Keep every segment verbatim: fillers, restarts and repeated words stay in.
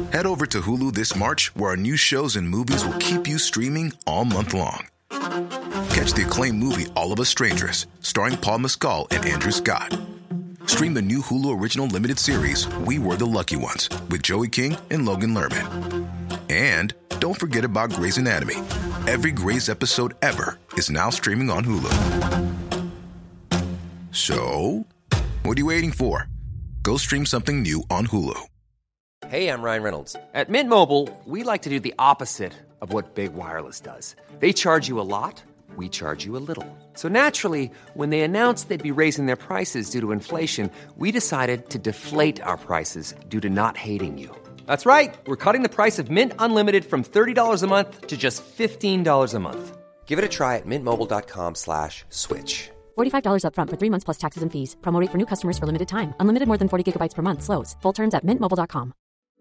Head over to Hulu this March, where our new shows and movies will keep you streaming all month long. Catch the acclaimed movie All of Us Strangers, starring Paul Mescal and Andrew Scott. Stream the new Hulu original limited series We Were the Lucky Ones with Joey King and Logan Lerman. And don't forget about Grey's Anatomy. Every Grey's episode ever is now streaming on Hulu. So, what are you waiting for? Go stream something new on Hulu. Hey, I'm Ryan Reynolds. At Mint Mobile, we like to do the opposite of what Big Wireless does. They charge you a lot, we charge you a little. So naturally, when they announced they'd be raising their prices due to inflation, we decided to deflate our prices due to not hating you. That's right. We're cutting the price of Mint Unlimited from thirty dollars a month to just fifteen dollars a month. Give it a try at mintmobile.com slash switch. forty-five dollars up front for three months plus taxes and fees. Promo rate for new customers for limited time. Unlimited more than forty gigabytes per month. Slows full terms at mint mobile dot com.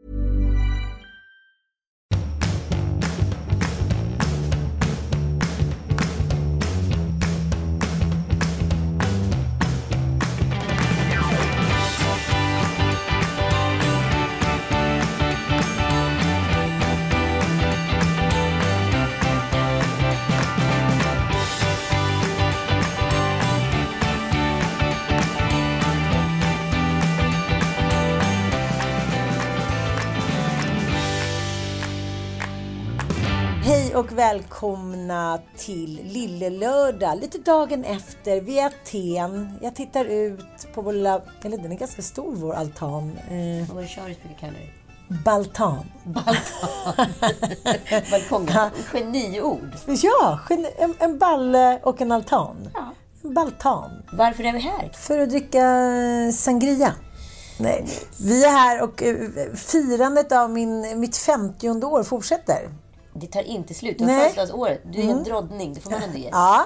Hej och välkomna till Lille Lördag. Lite dagen efter vid Aten. Jag tittar ut på vår, eller den är ganska stor, vår altan. Eh, Vad kör du mycket kallar det? Baltan. Baltan. Balkongen. Geniord. Ja, en, en balle och en altan. Ja. En baltan. Varför är vi här? För att dricka sangria. Nej, vi är här och firandet av min, mitt femtionde år fortsätter. Det tar inte slut. Det var födelsedagsåret. Du är mm. en drottning, det får man ändå ge. Ja,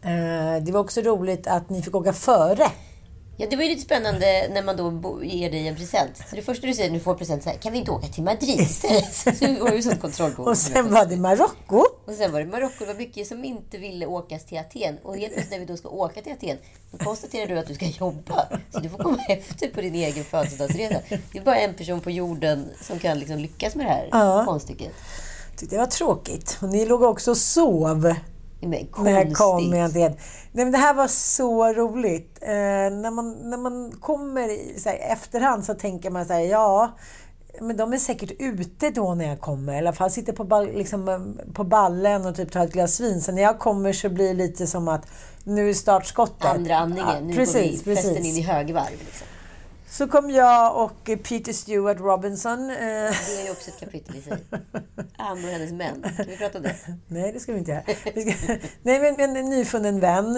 det var också roligt att ni fick åka före. Ja, det var ju lite spännande när man då ger dig en present. Så det första du säger när du får present så här, kan vi inte åka till Madrid istället? Så det var ju sån kontroll på. Och sen var det Marocko. Och sen var det Marocko. Det var mycket som inte ville åkas till Aten. Och helt plötsligt när vi då ska åka till Aten, då konstaterar du att du ska jobba. Så du får komma efter på din egen födelsedagsresa. Det är bara en person på jorden som kan liksom lyckas med det här ja. konststycket. Tyckte det var tråkigt. Och ni låg också och sov. Men när jag kom med det. Nej, men det här var så roligt. Eh, när, man, när man kommer i så här, efterhand så tänker man så här, ja, men de är säkert ute då när jag kommer. I alla fall sitter på, ball, liksom, på ballen och typ tar ett glas vin. Så när jag kommer så blir det lite som att nu är startskottet. Andra andningen. Ja, nu precis, går vi festen precis. in i högvarv liksom. Så kom jag och Peter Stewart Robinson. Det är ju också ett kapitel i sig. Han och hennes män. Kan vi prata om det? Nej, det ska vi inte göra. Vi ska... Nej, men, men en nyfunnen vän.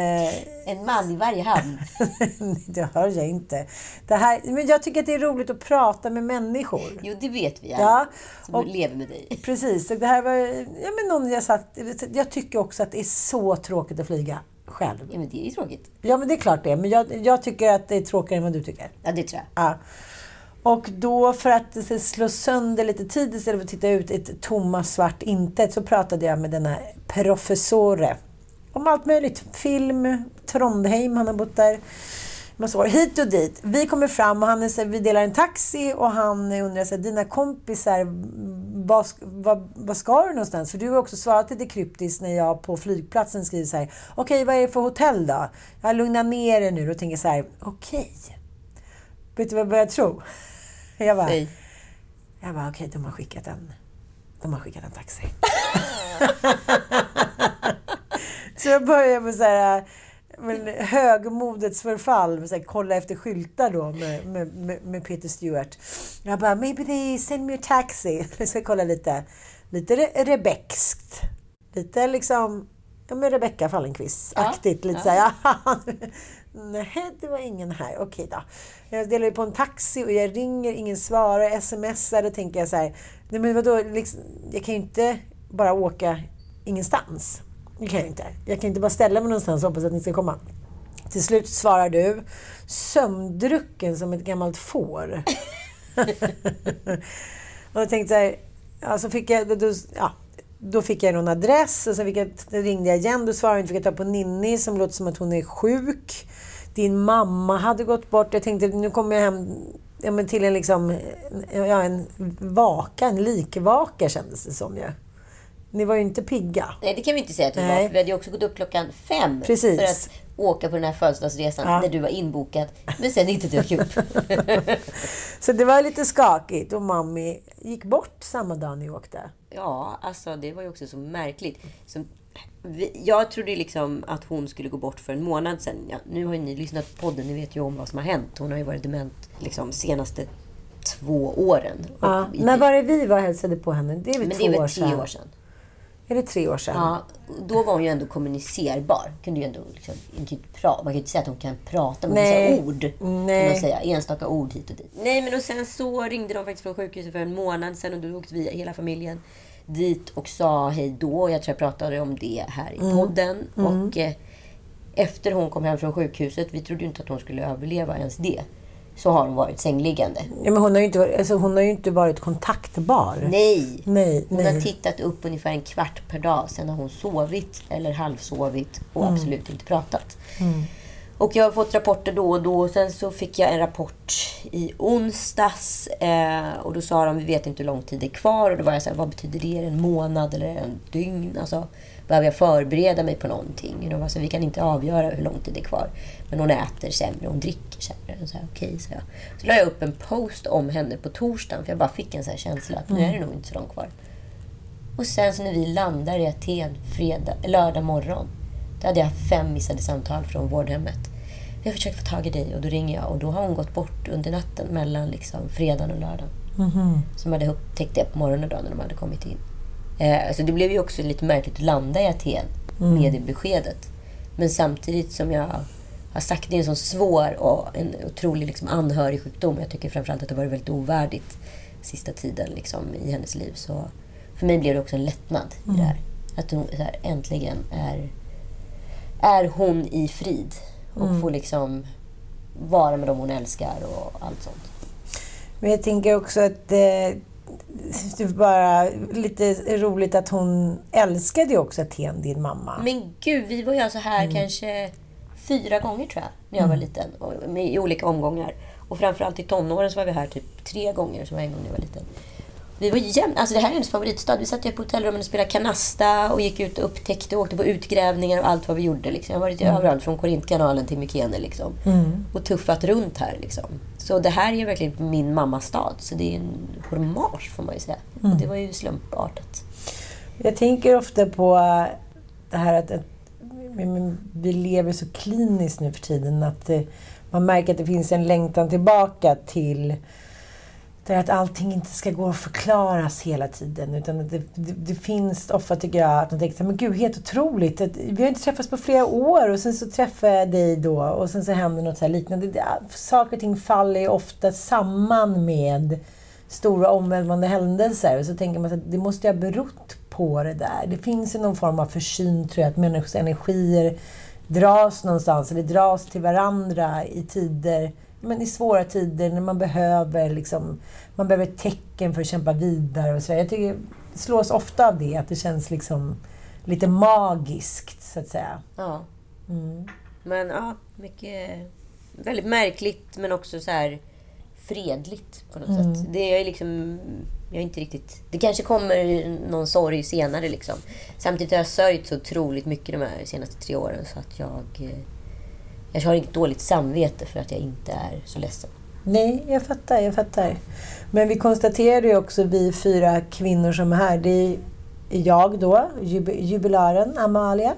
En man i varje hamn. Det hör jag inte. Det här... Men jag tycker att det är roligt att prata med människor. Jo, det vet vi. Ja. Som och... lever med dig. Precis. Det här var... Ja, men någon jag satt... Jag tycker också att det är så tråkigt att flyga. Själv. Ja, men det är ju tråkigt. Ja, men det är klart det. Men jag, jag tycker att det är tråkigare än vad du tycker. Ja, det tror jag. Ja. Och då för att slå sönder lite tid istället för att titta ut ett tomma svart intet så pratade jag med denna professore om allt möjligt. Film, Trondheim, han har bott där. Man så hit och dit. Vi kommer fram och han är så, vi delar en taxi och han undrar så här, dina kompisar, vad, vad, vad ska du någonstans? För du har också svarat lite kryptiskt när jag på flygplatsen skriver så här, okej, okay, vad är det för hotell då? Jag lugnar ner er nu och tänker så här, okej. Okay. Vet du vad jag börjar tro? Jag bara, Säg. jag bara okej, okay, de har skickat en, de har skickat en taxi. Så jag börjar med så här, men högmodets förfall, så här, kolla efter skyltar då med, med, med, med Peter Stewart. Jag bara, maybe they send me a taxi. Jag ska kolla lite, lite re- rebeckskt. Lite liksom, ja men Rebecca Fallenkvist-aktigt. Ja, lite ja. Så här, nej, det var ingen här. Okej då. Jag delar ju på en taxi och jag ringer, ingen svarar, smsar och tänker jag så här, nej men vadå, liksom, jag kan ju inte bara åka ingenstans. Det kan jag inte. Jag kan inte bara ställa mig någonstans och hoppas att ni ska komma. Till slut svarar du, sömndrucken som ett gammalt får. Och jag tänkte så här, ja, så fick jag, då, ja, då fick jag någon adress och så fick jag, då ringde jag igen, då svarade jag, fick jag ta på Ninni som låter som att hon är sjuk. Din mamma hade gått bort. Jag tänkte, nu kommer jag hem ja, men till en liksom, ja, en vaka, en likvaka kändes det som ju. Ni var ju inte pigga. Nej, det kan vi inte säga att vi var. För vi hade ju också gått upp klockan fem. Precis. För att åka på den här födelsedagsresan ja. När du var inbokad. Men sen inte dök upp. Så det var lite skakigt. Och mammi gick bort samma dag ni åkte. Ja, alltså det var ju också så märkligt. Som, vi, jag trodde liksom att hon skulle gå bort för en månad sedan. Ja, nu har ju ni lyssnat på podden. Ni vet ju om vad som har hänt. Hon har ju varit dement liksom senaste två åren. Ja, när var det vi var hälsade på henne? Det är väl men två det är väl år sedan. tio år sedan. Är det tre år sedan? Ja, då var hon ju ändå kommunicerbar. Kunde ju ändå liksom, inte pra- man kan ju inte säga att hon kan prata med vissa ord. Nej. Kan man säga. Enstaka ord hit och dit. Nej, men och sen så ringde de faktiskt från sjukhuset för en månad sedan. Och då åkte vi hela familjen dit och sa hej då. Jag tror jag pratade om det här i podden. Mm. Och eh, efter hon kom hem från sjukhuset, vi trodde ju inte att hon skulle överleva ens det. Så har hon varit sängliggande. Ja, men hon har ju inte, alltså hon har ju inte varit kontaktbar. Nej. nej hon nej. har tittat upp ungefär en kvart per dag. Sen har hon sovit eller halvsovit och mm. absolut inte pratat. Mm. Och jag har fått rapporter då och då. Sen så fick jag en rapport i onsdags. Eh, och då sa de, vi vet inte hur lång tid det är kvar. Och då var jag så här, vad betyder det? En månad eller en dygn? Alltså, behöver jag förbereda mig på någonting? Och de var så, vi kan inte avgöra hur lång tid det är kvar. Men hon äter sämre, hon dricker sämre. Och så här, okej, okay, så jag. Så la jag upp en post om henne på torsdagen. För jag bara fick en så här känsla att nu är det nog inte så långt kvar. Och sen så när vi landar i Aten fredag, lördag morgon. Då hade jag fem missade samtal från vårdhemmet. Jag har försökt få tag i dig och då ringer jag. Och då har hon gått bort under natten mellan liksom fredagen och lördagen. Mm-hmm. Som hade upptäckt det på morgonen då när de hade kommit in. Eh, så det blev ju också lite märkligt att landa i Aten mm. med det beskedet. Men samtidigt som jag har sagt, det är en så svår och en otrolig liksom anhörig sjukdom. Jag tycker framförallt att det var väldigt ovärdigt sista tiden liksom, i hennes liv. Så för mig blev det också en lättnad mm. i det här. Att hon så här, äntligen är... är hon i frid och mm. får liksom vara med dem hon älskar och allt sånt. Men jag tänker också att eh, det är bara lite roligt att hon älskade ju också Aten, din mamma. Men gud, vi var ju alltså här mm. kanske fyra gånger tror jag när jag mm. var liten och, med, i olika omgångar. Och framförallt i tonåren så var vi här typ tre gånger, så var en gång när jag var liten. Vi var jämnt, alltså det här är hennes favoritstad. Vi satt ju på hotellrummen och spelade kanasta och gick ut och upptäckte och åkte på utgrävningar och allt vad vi gjorde liksom. Jag har varit mm. överallt från Korintkanalen till Mykene liksom. Mm. Och tuffat runt här liksom. Så det här är verkligen min mammas stad. Så det är en hommage får man ju säga. Mm. Och det var ju slumpartat. Jag tänker ofta på det här att, att vi lever så kliniskt nu för tiden att man märker att det finns en längtan tillbaka till det att allting inte ska gå att förklaras hela tiden. Utan det, det, det finns ofta tycker jag att man tänker men gud, helt otroligt. Vi har inte träffats på flera år och sen så träffar jag dig då och sen så händer något så här liknande. Det, saker och ting faller ju ofta samman med stora omvälvande händelser. Och så tänker man att det måste ju ha berott på det där. Det finns ju någon form av försyn tror jag att människors energier dras någonstans eller dras till varandra i tider, men i svåra tider när man behöver liksom, man behöver tecken för att kämpa vidare och så där. Jag tycker det slås ofta av det att det känns liksom lite magiskt så att säga. Ja. Mm. Men ja, mycket väldigt märkligt men också så här fredligt på något mm. sätt. Det är liksom jag är inte riktigt, det kanske kommer någon sorg senare liksom. Samtidigt har jag sörjt så otroligt mycket de här senaste tre åren så att jag jag har inget dåligt samvete för att jag inte är så ledsen. Nej, jag fattar, jag fattar. Men vi konstaterade ju också, vi fyra kvinnor som är här, det är jag då, jub- jubilaren Amalia,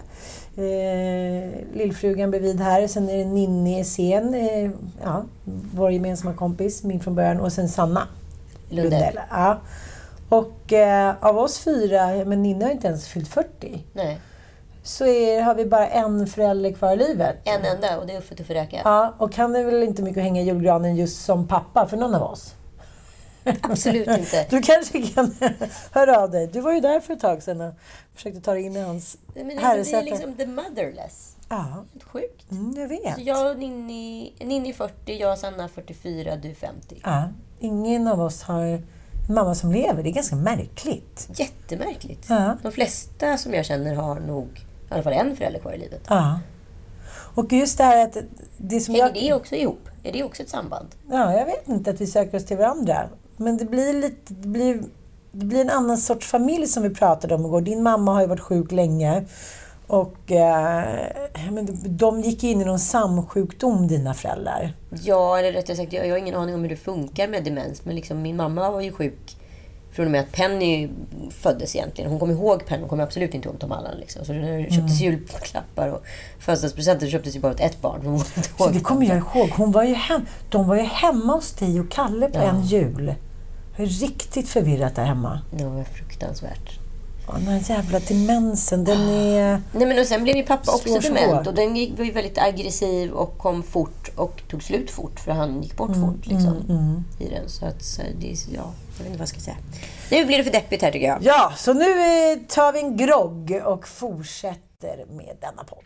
eh, lillfrugan bredvid här, sen är det Ninni Essén, eh, ja, vår gemensamma kompis, min från början, och sen Sanna Lundell. Lundell. Ja. Och eh, av oss fyra, men Ninni har inte ens fyllt fyrtio. Nej. Så är, har vi bara en förälder kvar i livet. En enda, och det är Uffe Tufferöka. Ja, och kan det väl inte mycket att hänga i julgranen just som pappa för någon av oss? Absolut inte. Du kanske kan höra av dig. Du var ju där för ett tag sedan och försökte ta dig in i hans herresäte. Det är liksom the motherless. Ja. Helt sjukt. Mm, jag vet. Så jag och Ninni, Ninni fyrtio, jag och Sanna fyrtiofyra, du femtio. Ja, ingen av oss har en mamma som lever. Det är ganska märkligt. Jättemärkligt. Ja. De flesta som jag känner har nog i alla fall en förälder kvar i livet. Ja. Och just det här att det som Hänger jag... det också ihop? Är det också ett samband? Ja, jag vet inte att vi söker oss till varandra. Men det blir lite... Det blir, det blir en annan sorts familj som vi pratade om igår. Din mamma har ju varit sjuk länge. Och eh, men de gick in i någon samsjukdom, dina föräldrar. Ja, eller rättare sagt, jag, jag har ingen aning om hur det funkar med demens. Men liksom, min mamma var ju sjuk från och med att Penny föddes egentligen. Hon kom ihåg Penny, hon kom absolut inte ihåg Tom Allan. Liksom. Så det köptes mm. julklappar och födelsedagspresenter köptes ju bara åt ett barn. Hon så det kommer jag ihåg. Hon var ju hem, de var ju hemma hos dig och Kalle på ja. en jul. Jag är riktigt förvirrat där hemma. Det var fruktansvärt. Ja, den här jävla demensen, den är... Nej, men och sen blev ju pappa också dement. Och den gick, var ju väldigt aggressiv och kom fort och tog slut fort. För han gick bort mm, fort liksom, mm, mm. i den. Så att, så det, ja, jag vet inte vad jag ska säga. Nu blir det för deppigt här tycker jag. Ja, så nu tar vi en grogg och fortsätter med denna podd.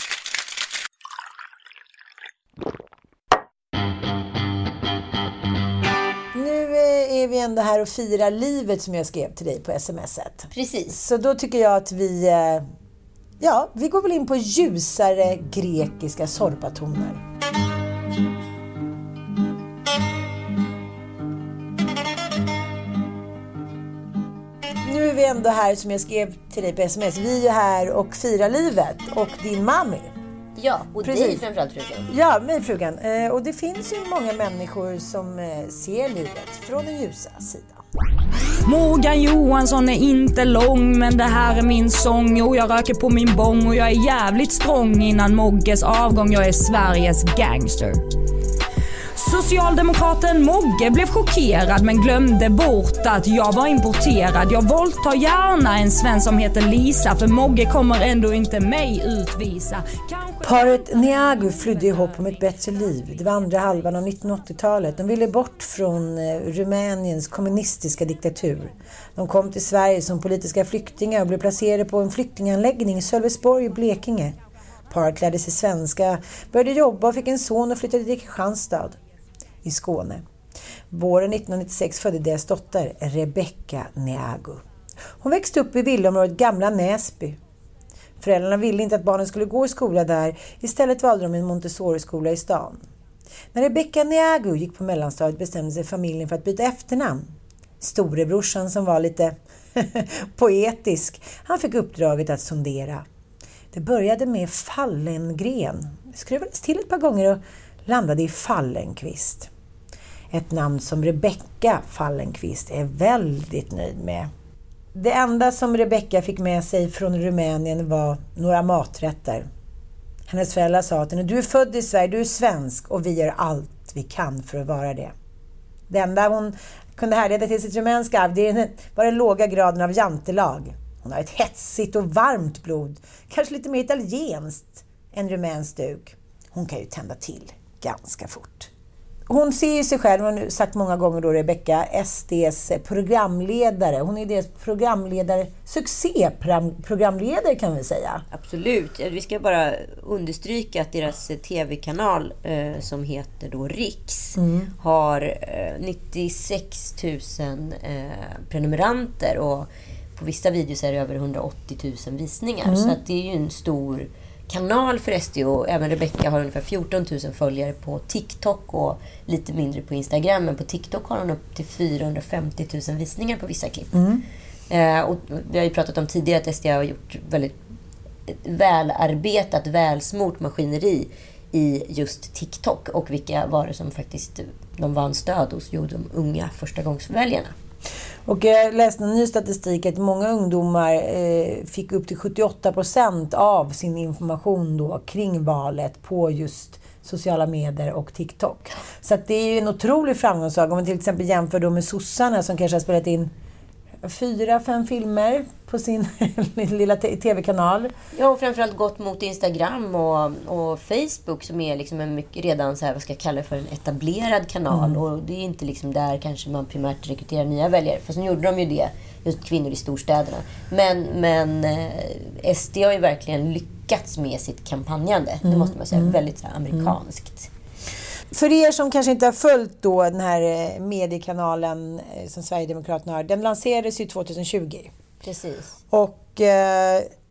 Nu är vi ändå här och firar livet som jag skrev till dig på smset. Precis. Så då tycker jag att vi, ja, vi går väl in på ljusare grekiska sorpatoner. Nu är vi ändå här som jag skrev till dig på sms. Vi är här och firar livet och din mamma. Ja, och Precis. dig framförallt frugan. Ja, mig frugan. Eh, och det finns ju många människor som eh, ser livet från den ljusa sidan. Morgan Johansson är inte lång, men det här är min sång. Och jag röker på min bång och jag är jävligt strong innan Mogges avgång. Jag är Sveriges gangster. Socialdemokraten Mogge blev chockerad men glömde bort att jag var importerad. Jag våldtar gärna en svensk som heter Lisa, för Mogge kommer ändå inte mig utvisa. Kanske... Paret Neagu flydde i hopp om ett bättre liv. Det var andra halvan av nittonhundraåttiotalet. De ville bort från Rumäniens kommunistiska diktatur. De kom till Sverige som politiska flyktingar och blev placerade på en flyktinganläggning i Sölvesborg i Blekinge. Paret lärde sig svenska, började jobba och fick en son och flyttade till Kristianstad i Skåne. Våren nittonhundranittiosex födde deras dotter Rebecca Neagu. Hon växte upp i villaområdet Gamla Näsby. Föräldrarna ville inte att barnen skulle gå i skola där. Istället valde de en Montessori-skola i stan. När Rebecca Neagu gick på mellanstadiet bestämde sig familjen för att byta efternamn. Storebrorsan, som var lite poetisk, han fick uppdraget att sondera. Det började med Fallengren. Det skruvades till ett par gånger och landade i Fallenkvist. Ett namn som Rebecca Fallenkvist är väldigt nöjd med. Det enda som Rebecca fick med sig från Rumänien var några maträtter. Hennes föräldrar sa att du är född i Sverige, du är svensk och vi gör allt vi kan för att vara det. Det enda hon kunde härleda till sitt rumänska arv, det var den låga graden av jantelag. Hon har ett hetsigt och varmt blod, kanske lite mer italienskt än rumänskt stuk. Hon kan ju tända till ganska fort. Hon ser ju sig själv, hon har sagt många gånger då, Rebecca, S D:s programledare. Hon är deras programledare, succéprogramledare kan vi säga. Absolut. Vi ska bara understryka att deras tv-kanal eh, som heter då Riks mm. har eh, nittiosex tusen eh, prenumeranter och på vissa videos är det över hundraåttio tusen visningar. Mm. Så att det är ju en stor kanal för S D, och även Rebecca har ungefär fjorton tusen följare på TikTok och lite mindre på Instagram. Men på TikTok har hon upp till fyrahundrafemtio tusen visningar på vissa klipp. Mm. Eh, och vi har ju pratat om tidigare att S D har gjort väldigt välarbetat, välsmort maskineri i just TikTok, och vilka var det som faktiskt de vann stöd hos? Jo, de unga förstagångsväljarna. Och jag läste en ny statistik att många ungdomar eh, fick upp till sjuttioåtta procent av sin information då kring valet på just sociala medier och TikTok. Så att det är ju en otrolig framgångssaga. Om man till exempel jämför då med sossarna som kanske har spelat in fyra, fem filmer på sin lilla tv-kanal. Ja, och framförallt gått mot Instagram och, och Facebook som är liksom en mycket redan så här, vad ska jag kalla det för, en etablerad kanal. Mm. Och det är inte liksom där kanske man primärt rekryterar nya väljare. För så gjorde de ju det, just kvinnor i storstäderna. Men, men eh, S D har ju verkligen lyckats med sitt kampanjande. Mm. Det måste man säga, mm. väldigt så här, amerikanskt. Mm. För er som kanske inte har följt då den här mediekanalen som Sverigedemokraterna har, den lanserades ju tjugo tjugo. Precis. Och eh,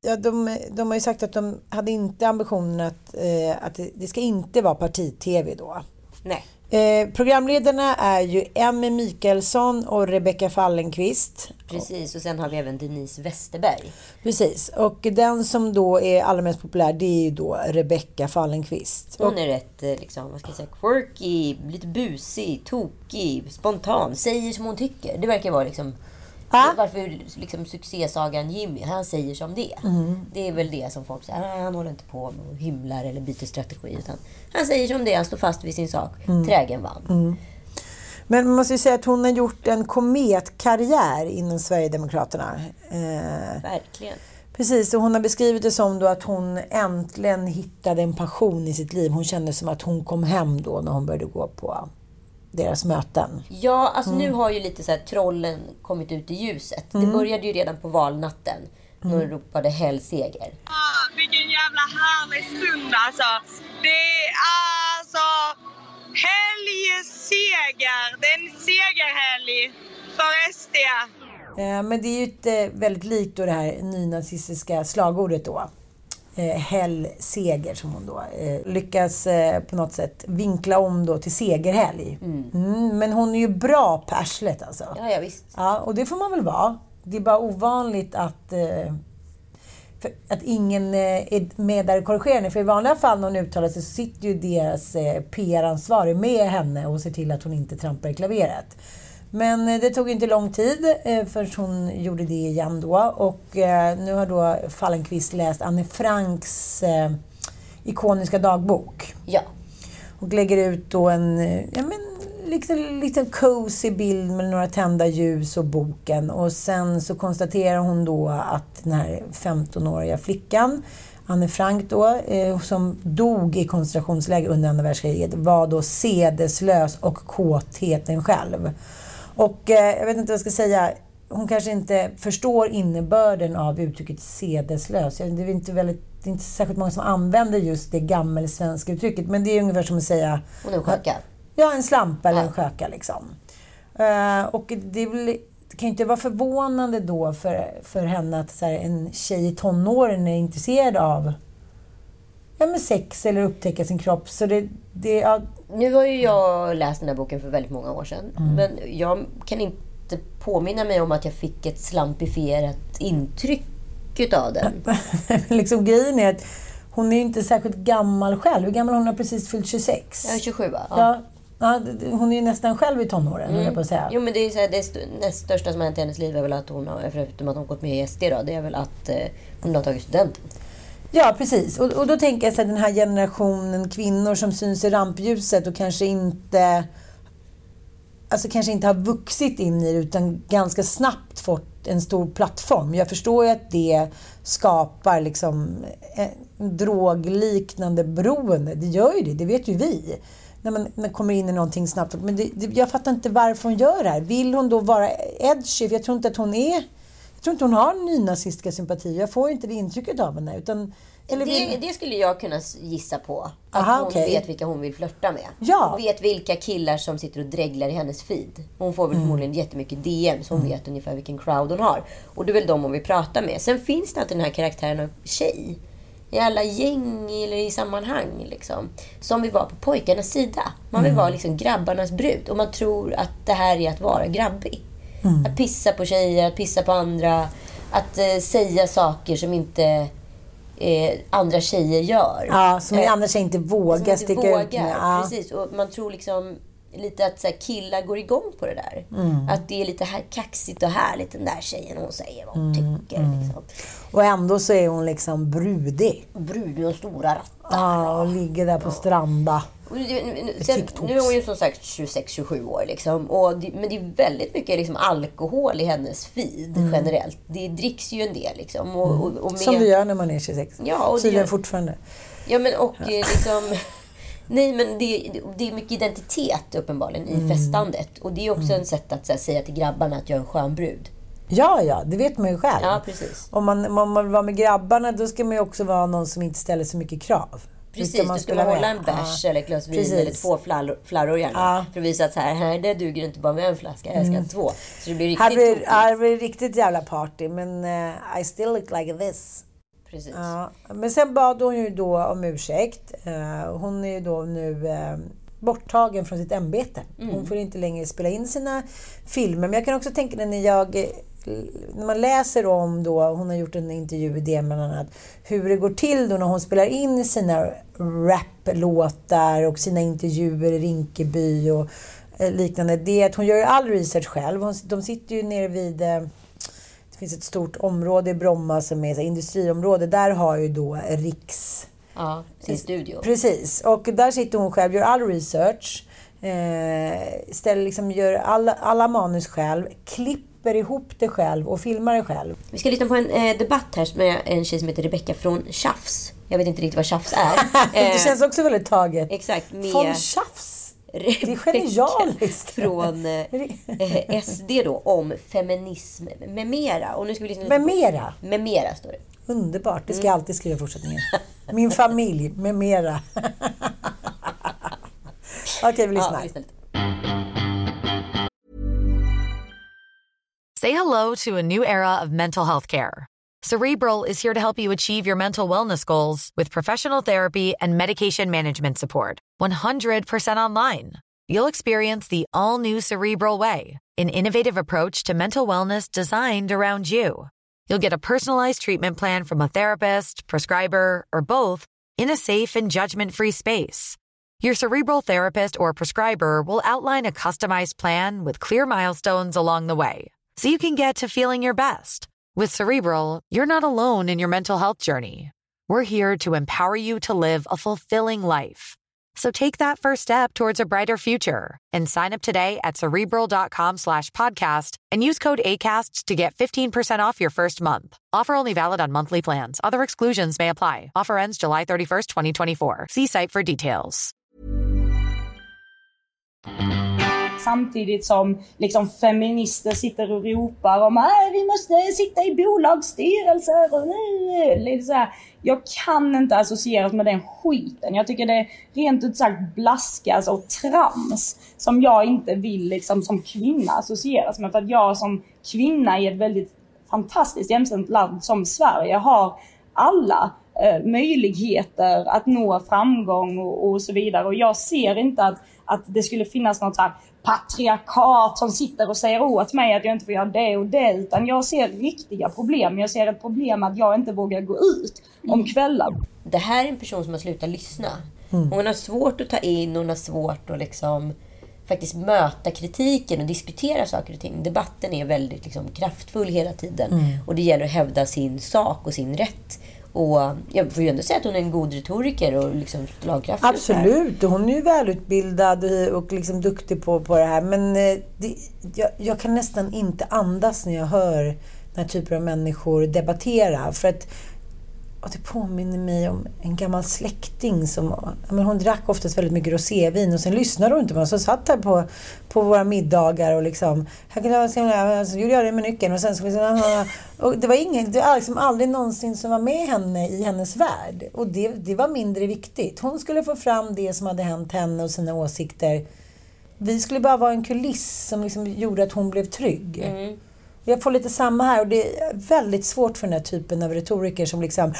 Ja, de, de har ju sagt att de hade inte ambitionen att, eh, att det ska inte vara parti-tv då. Nej. Eh, programledarna är ju Emmy Mikaelsson och Rebecca Fallenkvist. Precis, och sen har vi även Denise Westerberg. Precis, och den som då är allra mest populär, det är ju då Rebecca Fallenkvist. Hon är rätt, liksom, vad ska jag säga, quirky, lite busig, tokig, spontan, säger som hon tycker. Det verkar vara liksom... Ah? Varför liksom succésagan Jimmy, han säger som det. Mm. Det är väl det som folk säger, han håller inte på med och hymlar eller byter strategi, utan han säger som det, han står fast vid sin sak. Mm. Trägen vann. Mm. Men man måste ju säga att hon har gjort en kometkarriär inom Sverigedemokraterna. Eh, Verkligen. Precis, och hon har beskrivit det som då att hon äntligen hittade en passion i sitt liv. Hon kände som att hon kom hem då när hon började gå på deras möten. Ja, alltså mm. nu har ju lite så här trollen kommit ut i ljuset. Mm. Det började ju redan på valnatten. Mm. När de ropade helgseger. Ah, vilken jävla härlig stund alltså. Det är alltså helgseger. Det är en segerhelg för S D. Eh, men det är ju ett, väldigt likt då det här nynazistiska slagordet då. Eh, helgseger som hon då eh, lyckas eh, på något sätt vinkla om då till segerhelg. Mm. Mm, men hon är ju bra på arslet alltså. Ja, ja visst. Ja, och det får man väl vara. Det är bara ovanligt att eh, för, att ingen eh, är med där och korrigerar. För i vanliga fall när hon uttalar sig så sitter ju deras eh, P R-ansvarig med henne och ser till att hon inte trampar i klaveret. Men det tog inte lång tid eh, förrän hon gjorde det igen då. Och eh, nu har då Fallenkvist läst Anne Franks eh, ikoniska dagbok. Ja. Och lägger ut då en ja, men, liksom, liten cozy bild med några tända ljus och boken. Och sen så konstaterar hon då att den här femtonåriga flickan, Anne Frank då, eh, som dog i koncentrationsläger under andra världskriget, var då sedeslös och kåtheten själv. Och eh, jag vet inte vad jag ska säga, hon kanske inte förstår innebörden av uttrycket sedeslös. Det är inte, väldigt, det är inte särskilt många som använder just det gammelsvenska uttrycket, men det är ungefär som att säga... Hon är en sköka. Ja, en slampa eller en sköka liksom. Uh, och det, väl, det kan ju inte vara förvånande då för, för henne att så här, en tjej i tonåren är intresserad av ja, men sex eller upptäcka sin kropp. Så det, det, ja. Nu har ju jag läst den här boken för väldigt många år sedan. Mm. Men jag kan inte påminna mig om att jag fick ett slampifierat intryck av den. liksom grejen är att hon är inte särskilt gammal själv. Hur gammal hon har precis fyllt tjugosex? Ja, tjugosju va? Ja. Ja. Ja, hon är ju nästan själv i tonåren, mm. jag på att säga. Jo, men det är så här, det st- näst största som har hänt i hennes liv är väl att hon har, förutom att hon gått med i S D då, det är väl att eh, hon har tagit studenten. Ja, precis. Och, och då tänker jag så här, den här generationen kvinnor som syns i rampljuset och kanske inte alltså kanske inte har vuxit in i det utan ganska snabbt fått en stor plattform. Jag förstår ju att det skapar liksom en drogliknande beroende. Det gör ju det, det vet ju vi. När man, när man kommer in i någonting snabbt. Men det, det, jag fattar inte varför hon gör det här. Vill hon då vara edgy? Jag tror inte att hon är... Jag tror inte hon har nynazistiska sympatier. Jag får inte det intrycket av henne. Utan, eller det, vill... det skulle jag kunna gissa på. Att Aha, hon okay. vet vilka hon vill flirta med. Ja. Hon vet vilka killar som sitter och dreglar i hennes feed. Hon får väl mm. förmodligen jättemycket D M. Så hon mm. vet ungefär vilken crowd hon har. Och det är väl de hon vill prata med. Sen finns det att den här karaktären av tjej. I alla gäng eller i sammanhang liksom, som vill vara på pojkarnas sida. Man vill mm. vara liksom grabbarnas brud. Och man tror att det här är att vara grabbig. Mm. Att pissa på tjejer, att pissa på andra. Att eh, säga saker som inte eh, andra tjejer gör. Ja, som eh, andra tjejer inte vågar inte sticka vågar. ut med. Ja. Precis, och man tror liksom lite att så här, killar går igång på det där. Mm. Att det är lite här, kaxigt och härligt den där tjejen, hon säger vad hon mm. tycker. Mm. Liksom. Och ändå så är hon liksom brudig. Brudig och stora rattar. Ja, och ligger där på ja. stranda. Sen, nu är hon ju som sagt tjugosex tjugosju år liksom, och det, men det är väldigt mycket liksom alkohol i hennes feed mm. generellt. Det dricks ju en del liksom, och, mm. och, och med... som det gör när man är tjugosex. Ja, och tydligen det... fortfarande. Ja, men och ja. liksom nej, men det, det är mycket identitet uppenbarligen i mm. festandet, och det är också mm. en sätt att så här, säga till grabbarna att jag är en skön brud. Ja, ja, det vet man ju själv. Ja, precis. Om man, om man vill vara med grabbarna, då ska man ju också vara någon som inte ställer så mycket krav. Precis, du ska man hålla en bärs ja. eller ett glas vin precis. eller två flarror, flarror gärna. Ja. För att visa att så här, här, det duger inte bara med en flaska, jag ska mm. två. Så det blir riktigt här blir, här blir riktigt jävla party, men uh, I still look like this. Precis. Ja. Men sen bad hon ju då om ursäkt. Hon är ju då nu borttagen från sitt ämbete. Mm. Hon får inte längre spela in sina filmer. Men jag kan också tänka när jag när man läser om då, hon har gjort en intervju i det bland annat, hur det går till då när hon spelar in sina rap-låtar och sina intervjuer i Rinkeby och liknande. Det är att hon gör all research själv. Hon, de sitter ju nere vid, det finns ett stort område i Bromma som är så industriområde. Där har ju då Riks ja, sin studio. Precis, och där sitter hon själv, gör all research, eh, ställer liksom, gör alla, alla manus själv, klipper ihop det själv och filmar det själv. Vi ska lyssna på en eh, debatt här med en tjej som heter Rebecca från Tjafs. Jag vet inte riktigt vad Tjafs är. Det känns också väldigt taget. Exakt. Med från Tjafs. Det är genialiskt. Från eh, S D då om feminism med mera. Och nu ska vi lyssna med mera. Med mera står det. Underbart, det ska jag alltid skriva i fortsättningen. Min familj med mera. Okej, okay, vi lyssnar. Ja, vi lyssnar lite. Say hello to a new era of mental health care. Cerebral is here to help you achieve your mental wellness goals with professional therapy and medication management support. one hundred percent online. You'll experience the all-new Cerebral Way, an innovative approach to mental wellness designed around you. You'll get a personalized treatment plan from a therapist, prescriber, or both in a safe and judgment-free space. Your Cerebral therapist or prescriber will outline a customized plan with clear milestones along the way, so you can get to feeling your best. With Cerebral, you're not alone in your mental health journey. We're here to empower you to live a fulfilling life. So take that first step towards a brighter future and sign up today at Cerebral.com slash podcast and use code ACAST to get fifteen percent off your first month. Offer only valid on monthly plans. Other exclusions may apply. Offer ends July thirty-first, twenty twenty-four. See site for details. Samtidigt som liksom feminister sitter och ropar om att vi måste sitta i bolagsstyrelser och lite så här. Jag kan inte associeras med den skiten. Jag tycker det är rent ut sagt blaskas och trams som jag inte vill liksom som kvinna associeras med. För att jag som kvinna i ett väldigt fantastiskt jämställt land som Sverige har alla eh, möjligheter att nå framgång och, och så vidare. Och jag ser inte att, att det skulle finnas något så här patriarkat som sitter och säger åt mig att jag inte får göra det och det, utan jag ser riktiga problem. Jag ser ett problem att jag inte vågar gå ut om kvällar. Det här är en person som har slutat lyssna. Mm. Hon har svårt att ta in, hon har svårt att liksom faktiskt möta kritiken och diskutera saker och ting. Debatten är väldigt liksom kraftfull hela tiden. Mm. Och det gäller att hävda sin sak och sin rätt. Och jag får ju ändå säga att hon är en god retoriker och liksom slagkraftig. Absolut, hon är ju välutbildad och liksom duktig på, på det här. Men det, jag, jag kan nästan inte andas när jag hör den här typen av människor debattera. För att och det påminner mig om en gammal släkting som, men hon drack oftast väldigt mycket rosévin och sen lyssnade hon inte på oss. Så satt här på, på våra middagar och liksom, här kan jag, så gjorde jag det med nyckeln och sen så, och det var ingen, det var liksom aldrig någonsin som var med henne i hennes värld. Och det, det var mindre viktigt. Hon skulle få fram det som hade hänt henne och sina åsikter. Vi skulle bara vara en kuliss som liksom gjorde att hon blev trygg. Mm. Jag får lite samma här och det är väldigt svårt för den här typen av retoriker som liksom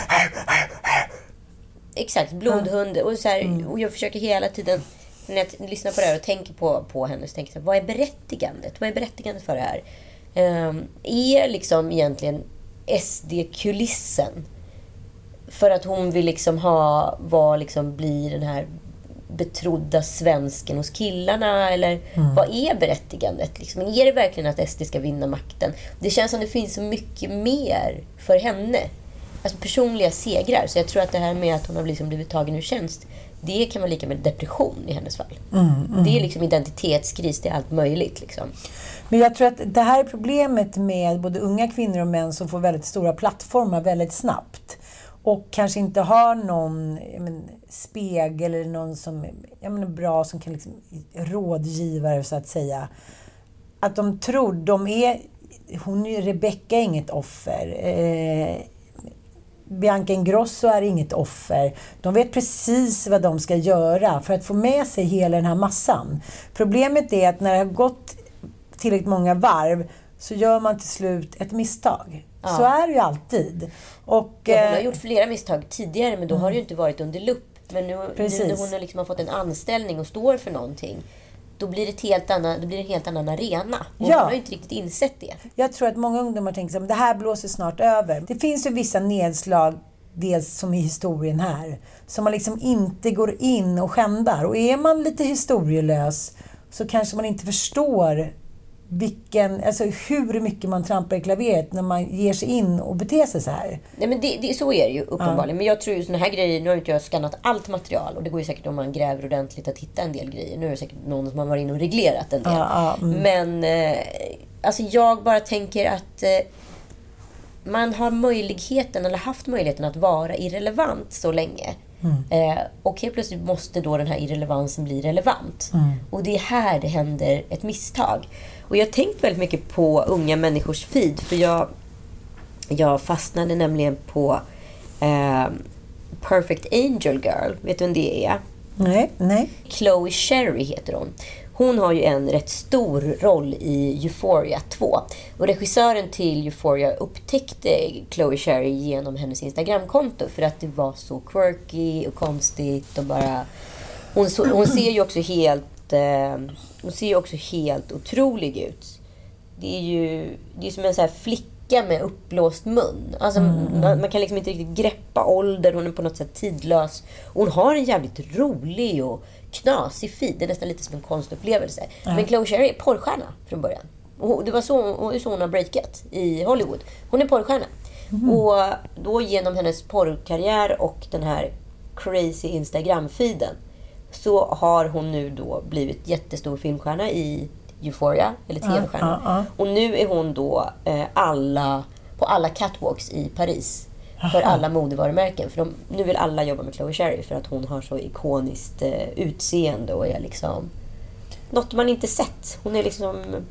exakt, blodhund och så här, mm. och jag försöker hela tiden när jag lyssnar på det här och tänker på, på henne så tänker jag, vad är berättigandet? Vad är berättigandet för det här? Um, är liksom egentligen S D-kulissen för att hon vill liksom ha, vad liksom blir den här betrodda svensken hos killarna eller mm. vad är berättigandet liksom? Är det verkligen att S D ska vinna makten? Det känns som det finns så mycket mer för henne, alltså personliga segrar, så jag tror att det här med att hon har liksom blivit tagen ur tjänst, det kan vara lika med depression i hennes fall. Mm, mm. Det är liksom identitetskris, det är allt möjligt liksom. Men jag tror att det här är problemet med både unga kvinnor och män som får väldigt stora plattformar väldigt snabbt. Och kanske inte har någon men, spegel eller någon som jag menar, bra som kan liksom, rådgivare så att säga. Att de tror, de är, hon är Rebecca är inget offer. Eh, Bianca Ingrosso är inget offer. De vet precis vad de ska göra för att få med sig hela den här massan. Problemet är att när det har gått tillräckligt många varv så gör man till slut ett misstag. Så är det ju alltid. Och, ja, hon har gjort flera misstag tidigare, men då mm. har det ju inte varit under lupp. Men nu, nu när hon liksom har fått en anställning och står för någonting, då blir det ett helt annan, det blir en helt annan arena. Och ja. Hon har ju inte riktigt insett det. Jag tror att många ungdomar tänker att det här blåser snart över. Det finns ju vissa nedslag, dels som i historien här, som man liksom inte går in och skändar. Och är man lite historielös så kanske man inte förstår vilken, alltså hur mycket man trampar i klaveret när man ger sig in och beter sig så här. Nej, men det, det, så är det ju uppenbarligen. Ja. Men jag tror ju såna här grejer, nu har inte jag skannat allt material, och det går ju säkert om man gräver ordentligt att hitta en del grejer. Nu är det säkert någon som har varit in och reglerat en del. Ja, ja, mm. Men eh, alltså jag bara tänker att eh, man har möjligheten, eller haft möjligheten att vara irrelevant så länge. Mm. Eh, och helt plötsligt måste då den här irrelevansen bli relevant. Mm. Och det är här det händer ett misstag. Och jag har tänkt väldigt mycket på unga människors feed. För jag, jag fastnade nämligen på eh, Perfect Angel Girl. Vet du vem det är? Nej, nej. Chloe Sherry heter hon. Hon har ju en rätt stor roll i Euphoria två. Och regissören till Euphoria upptäckte Chloe Sherry genom hennes Instagramkonto. För att det var så quirky och konstigt. Och bara... Hon, så, hon ser ju också helt... Eh, hon ser ju också helt otrolig ut. Det är ju det är som en så här flicka med uppblåst mun. Alltså, mm. man, man kan liksom inte riktigt greppa ålder. Hon är på något sätt tidlös. Och hon har en jävligt rolig och knasig feed. Det är nästan lite som en konstupplevelse. Mm. Men Chloe Sherry är porrstjärna från början. Och det var så, så hon har breakat i Hollywood. Hon är porrstjärna. Mm. Och då genom hennes porrkarriär och den här crazy Instagram-feeden så har hon nu då blivit jättestor filmstjärna i Euphoria, eller tv-stjärna. Uh, uh, uh. Och nu är hon då eh, alla, på alla catwalks i Paris. Aha. För alla modevarumärken. För de, nu vill alla jobba med Chloe Sherry för att hon har så ikoniskt eh, utseende och är liksom något man inte sett. Hon är liksom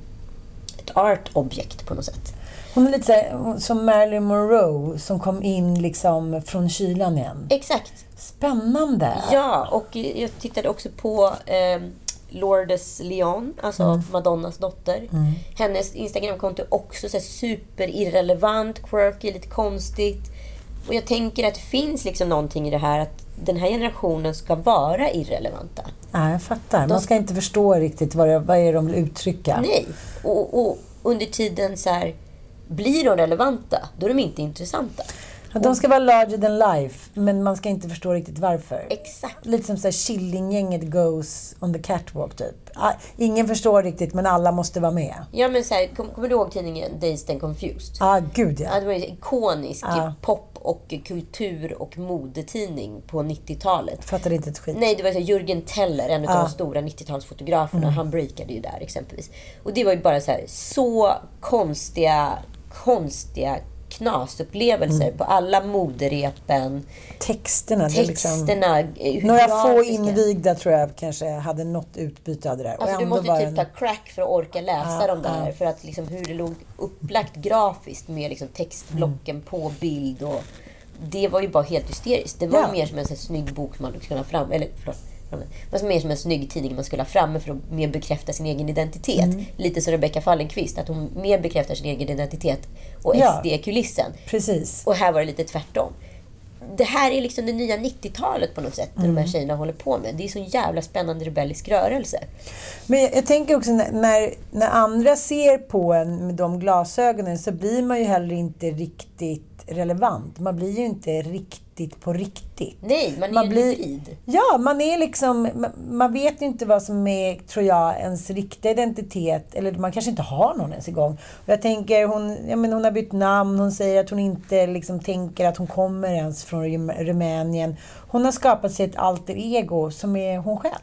ett art-objekt på något sätt. Hon är lite så här, som Marilyn Monroe som kom in liksom från kylan igen. Exakt. Spännande. Ja, och jag tittade också på eh, Lourdes Leon, alltså mm. Madonnas dotter. Mm. Hennes Instagramkonto är också så här super irrelevant, quirky, lite konstigt. Och jag tänker att det finns liksom någonting i det här att den här generationen ska vara irrelevanta. Ja, jag fattar. Man ska inte förstå riktigt vad, det, vad är de vill uttrycka. Nej, och, och under tiden så här, blir de relevanta, då är de inte intressanta. Ja, de ska vara larger than life, men man ska inte förstå riktigt varför. Exakt. Lite som så här Killinggänget goes on the catwalk typ. Ingen förstår riktigt, men alla måste vara med. Ja, men så här, kom, kommer du ihåg tidningen Dazed and Confused? Ja, ah, gud ja. ja. Det var en ikonisk ah. pop- och kultur- och modetidning på nittiotalet. Fattade inte ett skit. Nej, det var så här, Jürgen Teller, en av ah. de stora nittiotalsfotograferna. Mm. Han breakade ju där exempelvis. Och det var ju bara så här, så konstiga, konstiga knasupplevelser mm. på alla moderepen. Texterna. Texterna. Liksom, några få invigda tror jag kanske hade något utbyte av det där. Alltså, du måste typ en... ta crack för att orka läsa ah, dem där. Ah. För att liksom, hur det låg upplagt grafiskt med liksom, textblocken mm. på bild. Och det var ju bara helt hysteriskt. Det var ja. mer som en så här, snygg bok man skulle ha fram. Eller förlåt. Det var mer som en snygg tidning man skulle ha framme för att mer bekräfta sin egen identitet. Mm. Lite som Rebecca Fallenkvist, att hon mer bekräftar sin egen identitet och ja, S D-kulissen. Precis. Och här var det lite tvärtom. Det här är liksom det nya nittiotalet på något sätt, mm. de här tjejerna håller på med. Det är så en jävla spännande rebellisk rörelse. Men jag, jag tänker också när, när andra ser på en med de glasögonen så blir man ju heller inte riktigt relevant. Man blir ju inte riktigt på riktigt. Nej, man är man ju blir, hybrid. Ja, man är liksom, man, man vet ju inte vad som är, tror jag, ens riktiga identitet. Eller man kanske inte har någon ens igång. Och jag tänker, hon, jag menar, hon har bytt namn. Hon säger att hon inte liksom tänker att hon kommer ens från Rumänien. Hon har skapat sig ett alter ego som är hon själv.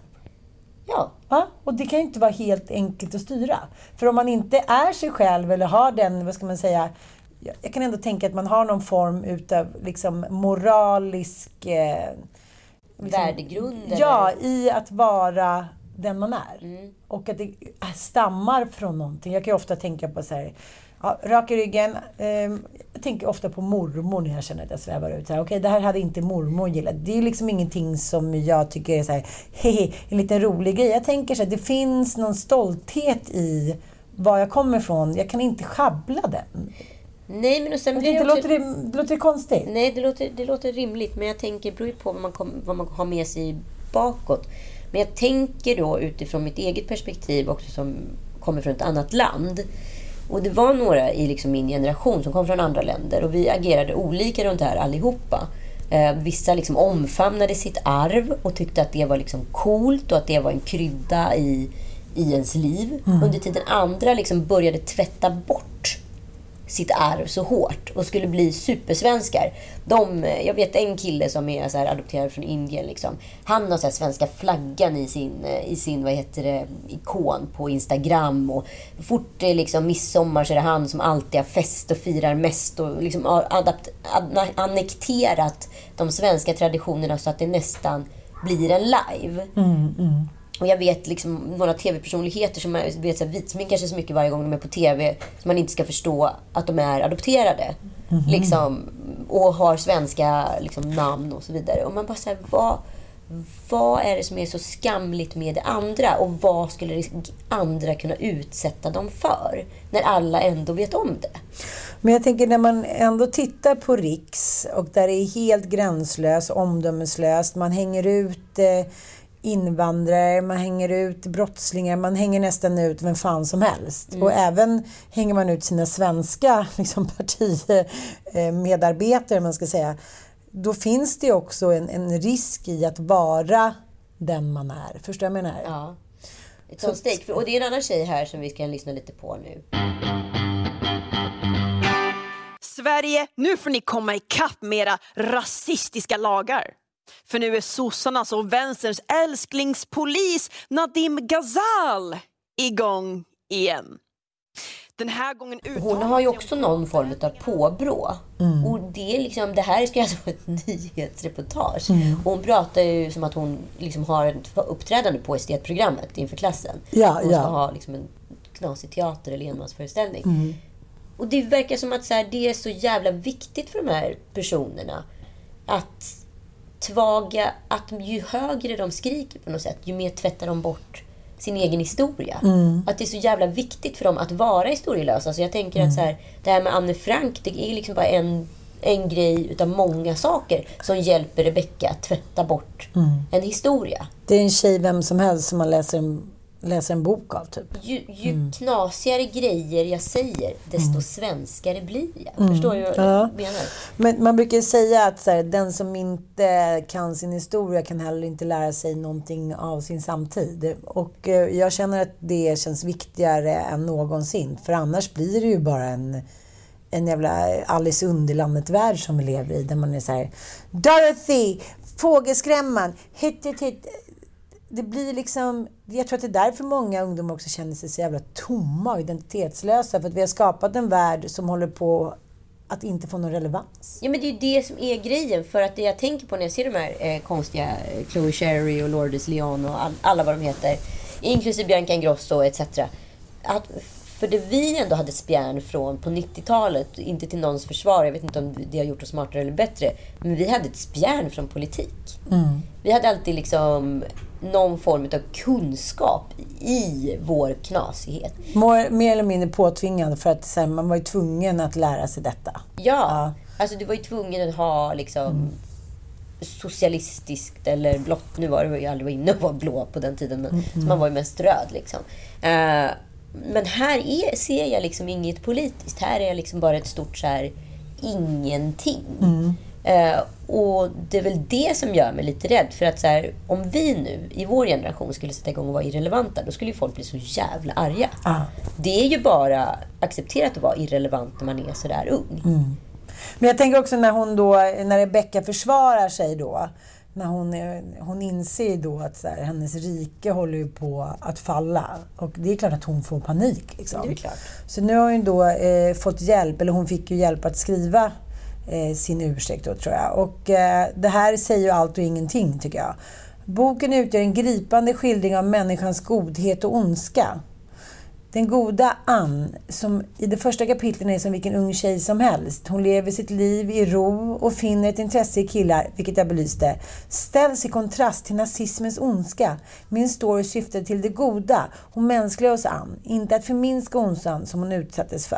Ja. Ja, och det kan ju inte vara helt enkelt att styra. För om man inte är sig själv eller har den, vad ska man säga, jag kan ändå tänka att man har någon form utav liksom moralisk eh, liksom, värdegrund. Ja, eller? I att vara den man är. Mm. Och att det stammar från någonting. Jag kan ju ofta tänka på så här, ja, rak i ryggen. Eh, jag tänker ofta på mormor när jag känner att jag svävar ut. Okej, okay, det här hade inte mormor gillat. Det är liksom ingenting som jag tycker är så här, hehe, en liten rolig grej. Jag tänker så här, det finns någon stolthet i var jag kommer ifrån. Jag kan inte schabbla den. Nej, men och sen Men blir inte det också... låter det, det låter konstigt. Nej, det låter, det låter rimligt. Men jag tänker, det beror ju på vad man, kom, vad man har med sig bakåt. Men jag tänker då utifrån mitt eget perspektiv också, som kommer från ett annat land. Och det var några i liksom min generation som kom från andra länder. Och vi agerade olika runt det här allihopa. Eh, vissa liksom omfamnade sitt arv och tyckte att det var liksom coolt och att det var en krydda i, i ens liv. Mm. Under tiden andra liksom började tvätta bort sitt arv så hårt och skulle bli supersvenskar. De, jag vet en kille som är så här adopterad från Indien liksom. Han har så här svenska flaggan i sin, i sin vad heter det, ikon på Instagram, och fort det är liksom midsommar så är det han som alltid har fest och firar mest och liksom har adapt, ad, annekterat de svenska traditionerna så att det nästan blir en live. Mm, mm. Och jag vet liksom några tv-personligheter som är, vet, så här, vitsminkar sig så mycket varje gång de är på tv så man inte ska förstå att de är adopterade. Mm-hmm. Liksom, och har svenska liksom, namn och så vidare. Och man bara säger, vad, vad är det som är så skamligt med det andra? Och vad skulle det andra kunna utsätta dem för? När alla ändå vet om det. Men jag tänker när man ändå tittar på Riks och där det är helt gränslöst, omdömeslöst, man hänger ut... Eh, invandrare, man hänger ut brottslingar, man hänger nästan ut vem fan som helst. Mm. Och även hänger man ut sina svenska liksom, partimedarbetare, man ska säga. Då finns det också en, en risk i att vara den man är. Förstår jag menar? Ja. Ett sånt steg. Och det är en annan tjej här som vi ska lyssna lite på nu. Sverige, nu får ni komma ikapp med era rasistiska lagar. För nu är sossarnas och vänsterns älsklingspolis Nadim Ghazal igång igen. Den här gången hon har ju också någon form av påbrå. Mm. Och det är liksom, det här ska alltså vara ett nyhetsreportage. Mm. Och hon pratar ju som att hon liksom har ett uppträdande på estetprogrammet inför klassen. Ja, hon ska ja. ha liksom en knasig teater eller enmansföreställning. Mm. Och det verkar som att så här, det är så jävla viktigt för de här personerna att tvaga, att ju högre de skriker på något sätt, ju mer tvättar de bort sin egen historia. Mm. Att det är så jävla viktigt för dem att vara historielösa. Så jag tänker mm. att så här, det här med Anne Frank, det är liksom bara en, en grej utav många saker som hjälper Rebecca att tvätta bort mm. en historia. Det är en tjej vem som helst som man läser en, läser en bok av typ. Ju, ju mm. knasigare grejer jag säger, desto mm. svenskare blir jag. Mm. Förstår du vad ja. jag menar? Men man brukar säga att så här, den som inte kan sin historia kan heller inte lära sig någonting av sin samtid. Och eh, jag känner att det känns viktigare än någonsin. För annars blir det ju bara en, en jävla Alice Underlandet-värld som vi lever i. Där man är så här, Dorothy, fågelskrämman, hit, hit, hit. Det blir liksom, jag tror att det är därför många ungdomar också känner sig så jävla tomma och identitetslösa. För att vi har skapat en värld som håller på att inte få någon relevans. Ja, men det är ju det som är grejen. För att det jag tänker på när jag ser de här eh, konstiga Chloe Cherry och Lourdes Leon och all, alla vad de heter, inklusive Bianca Ingrosso et cetera. Att, för det vi ändå hade spjärn från på nittiotalet, inte till någons försvar, jag vet inte om det har gjort oss smartare eller bättre, men vi hade ett spjärn från politik. Mm. Vi hade alltid liksom någon form av kunskap i vår knasighet. Mer, mer eller mindre påtvingande för att här, man var ju tvungen att lära sig detta. Ja, ja. Alltså du var ju tvungen att ha liksom mm. socialistiskt eller blått. Nu var det ju aldrig var inne och var blå på den tiden, men mm. så man var ju mest röd liksom. Uh, men här är, ser jag liksom inget politiskt. Här är jag liksom bara ett stort så här ingenting. Mm. Uh, och det är väl det som gör mig lite rädd. För att så här, om vi nu i vår generation skulle sätta igång och vara irrelevanta, då skulle ju folk bli så jävla arga. Ah. Det är ju bara accepterat att vara irrelevant när man är så där ung. Mm. Men jag tänker också när hon då, när Rebecca försvarar sig då, när hon, hon inser då att så här, hennes rike håller ju på att falla. Och det är klart att hon får panik. Liksom. Det är klart. Så nu har hon då eh, fått hjälp, eller hon fick ju hjälp att skriva eh, sin ursäkt då, tror jag. Och eh, det här säger ju allt och ingenting, tycker jag. Boken utgör en gripande skildring av människans godhet och ondska. Den goda Ann, som i det första kapitlet är som vilken ung tjej som helst. Hon lever sitt liv i ro och finner ett intresse i killar, vilket jag belyste. Ställs i kontrast till nazismens ondska. Min story syftar till det goda och mänskliga hos Ann. Inte att förminska ondskan som hon utsattes för.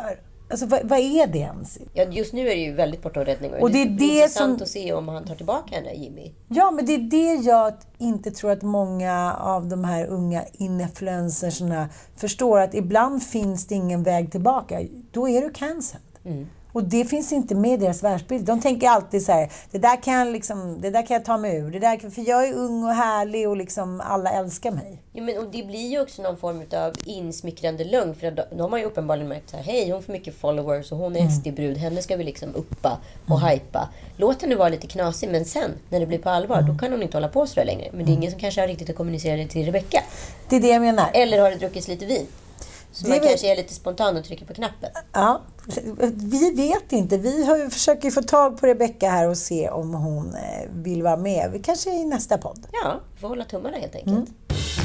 Alltså vad, vad är det ens? Ja, just nu är det ju väldigt bortom räddning. Och, och det är det, det intressant som... att se om han tar tillbaka henne, Jimmy. Ja, men det är det jag inte tror att många av de här unga influencersna förstår. Att ibland finns det ingen väg tillbaka. Då är du cancelled. Mm. Och det finns inte med i deras världsbild. De tänker alltid så här, det där kan jag, liksom, det där kan jag ta mig ur. Det där, för jag är ung och härlig och liksom alla älskar mig. Ja, men, och det blir ju också någon form av insmickrande lögn. För då, då har man ju uppenbarligen märkt så här, hej, hon får mycket followers och hon är mm. S D-brud. Henne ska vi liksom uppa och mm. hypa. Låt henne vara lite knasig, men sen, när det blir på allvar, mm. då kan hon inte hålla på så där längre. Men det är ingen som kanske har riktigt att kommunicera det till Rebecca. Det är det jag menar. Eller har det druckits lite vin. Så det man vi... kanske är lite spontan och trycker på knappen. Ja, vi vet inte. Vi har, försöker få tag på Rebecca här och se om hon vill vara med. Vi kanske i nästa podd. Ja, vi får hålla tummarna helt enkelt. Mm.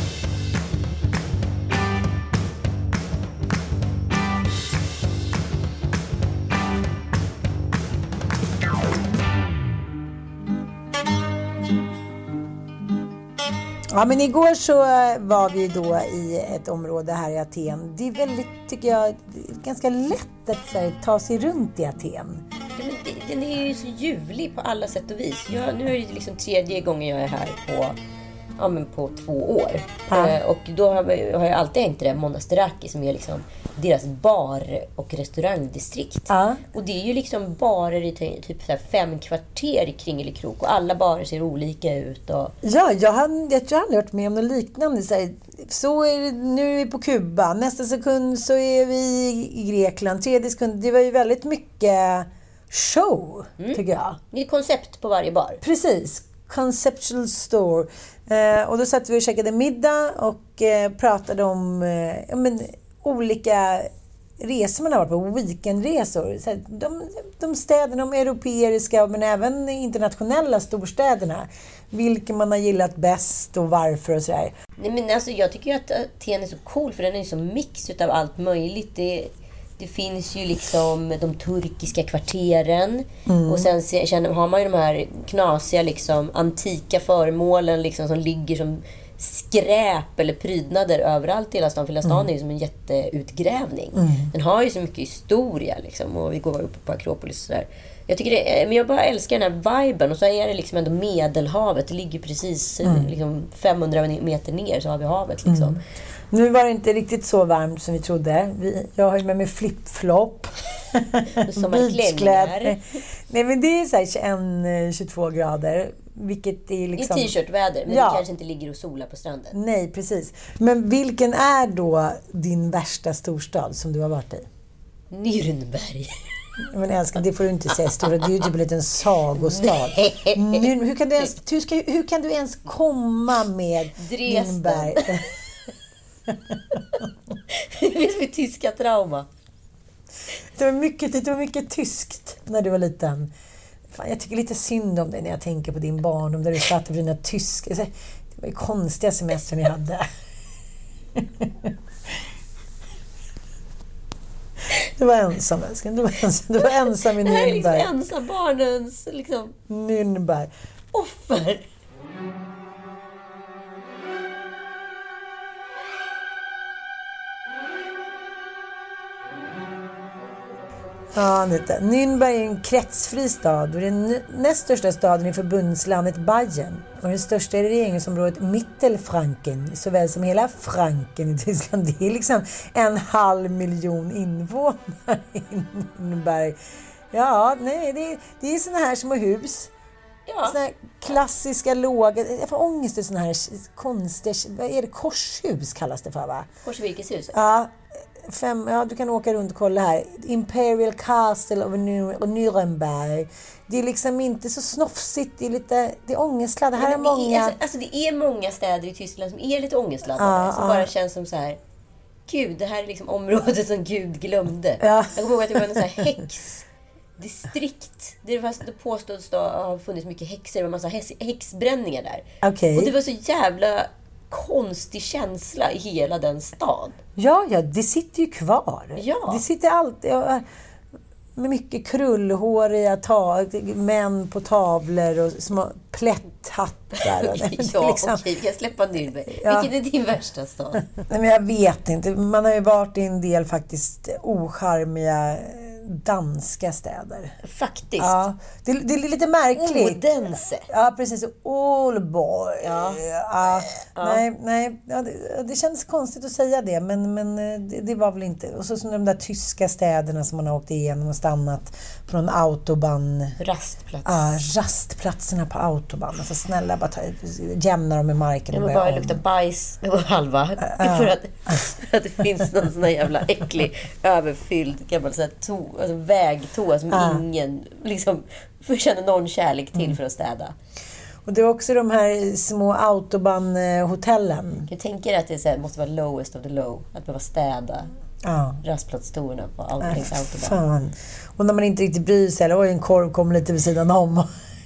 Ja, men igår så var vi då i ett område här i Aten. Det är väldigt, tycker jag, ganska lätt att så här, ta sig runt i Aten. Ja, men det, den är ju så ljuvlig på alla sätt och vis. Jag, nu är det liksom tredje gången jag är här på, ja, men på två år. Ja. Eh, och då har, vi, har jag alltid hängt i det Monastiraki som är liksom deras bar- och restaurangdistrikt. Ja. Och det är ju liksom barer i typ så här fem kvarter kring eller krok. Och alla barer ser olika ut. Och... Ja, jag har, jag tror jag har hört med om något liknande. Så, här, så är det, nu är vi på Kuba. Nästa sekund så är vi i Grekland. Tredje sekund. Det var ju väldigt mycket show, mm. tycker jag. Det är koncept på varje bar. Precis. Conceptual store. Eh, och då satt vi och käkade middag och eh, pratade om eh, ja, men, olika resor man har varit på, weekendresor. Så här, de, de städerna, de europeiska men även internationella storstäderna. Vilka man har gillat bäst och varför och sådär. Nej, men alltså, jag tycker ju att Aten är så cool för den är ju så mix utav allt möjligt. Det Det finns ju liksom de turkiska kvarteren. Mm. Och sen känner, har man ju de här knasiga liksom, antika föremålen liksom, som ligger som skräp eller prydnader överallt i hela stan. För hela stan mm. är ju som en jätteutgrävning. Mm. Den har ju så mycket historia liksom, och vi går upp på Akropolis och sådär. Jag tycker det, men jag bara älskar den här viben. Och så är det liksom ändå Medelhavet. Det ligger precis mm. liksom, femhundra meter ner så har vi havet liksom. Mm. Nu var det inte riktigt så varmt som vi trodde. Vi, jag har ju med mig flip-flop. Beachkläder. Nej, men det är så här tjugoett till tjugotvå grader. Vilket är liksom... Det är t-shirtväder, men ja. Det kanske inte ligger och solar på stranden. Nej, precis. Men vilken är då din värsta storstad som du har varit i? Nürnberg. Men älskar, det får du inte säga stora. Det är ju typ en liten sagostad. Nu, hur, kan du ens, hur, ska, hur kan du ens komma med Nürnberg? Det finns mitt tyska trauma. Det var mycket, det var mycket tyskt när du var liten. Fan, jag tycker lite synd om dig när jag tänker på din barndom där du satt på dina tyska. Det var ju konstiga semester ni hade. Du var ensam, älskling. Du var ensam, du var ensam i Nürnberg. Det här är liksom ensam barnens liksom... Nürnberg. Offer. Ja, Anita. Nürnberg är en kretsfri stad och den näst största staden i förbundslandet Bayern. Och den största är regeringsområdet Mittelfranken, såväl som hela Franken i Tyskland. Det är liksom en halv miljon invånare i Nürnberg. Ja, nej, det är, det är såna här små hus. Ja. Såna här klassiska låga... Jag får ångest i såna här konstiga... Vad är det? Korshus kallas det för, va? Korsvirkeshus. Ja. Fem, ja, du kan åka runt och kolla här. Imperial Castle of Nürnberg. Det är liksom inte så snofsigt. Det är lite, det är ångestladdat. Här är många... Alltså, alltså det är många städer i Tyskland som är lite ångestladdade. Ja, som ja. bara känns som så här... Gud, det här är liksom området som Gud glömde. Ja. Jag kommer ihåg att det var en sån här häxdistrikt. Det var det påstås då har funnits mycket häxor och massa häxbränningar där. Okay. Och det var så jävla... konstig känsla i hela den stan. Ja, ja, det sitter ju kvar. Ja. Det sitter alltid med mycket krullhåriga ta- män på tavlor och små plätt hattar. Och ja, liksom. Okej, vi kan släppa Nürnberg. Ja. Vilken är din värsta stad? Nej, men jag vet inte. Man har ju varit i en del faktiskt ocharmiga danska städer. Faktiskt. Ja, det, det är lite märkligt. Odense. Ja, precis. Ålborg. Ja. Ja, ja. Nej, nej ja, det, det känns konstigt att säga det, men, men det, det var väl inte. Och så som de där tyska städerna som man har åkt igenom och stannat på någon autobahn. Rastplats. Ja, rastplatserna på autobahn. Alltså snälla, bara ta, jämna dem i marken. Och bara lukta bajs och halva. Ja. För, att, för att det finns någon sån här jävla äcklig, överfylld gammal så här to, alltså vägtoa som ja. ingen liksom känner någon kärlek till mm. för att städa. Och det är också de här små autobahnhotellen. Jag tänker att det så här, måste vara lowest of the low. Att behöva städa ja. rastplatstorna på all, äh, längs autobahn. Fan. Och när man inte riktigt bryr sig. Eller oj, en korv kommer lite vid sidan om.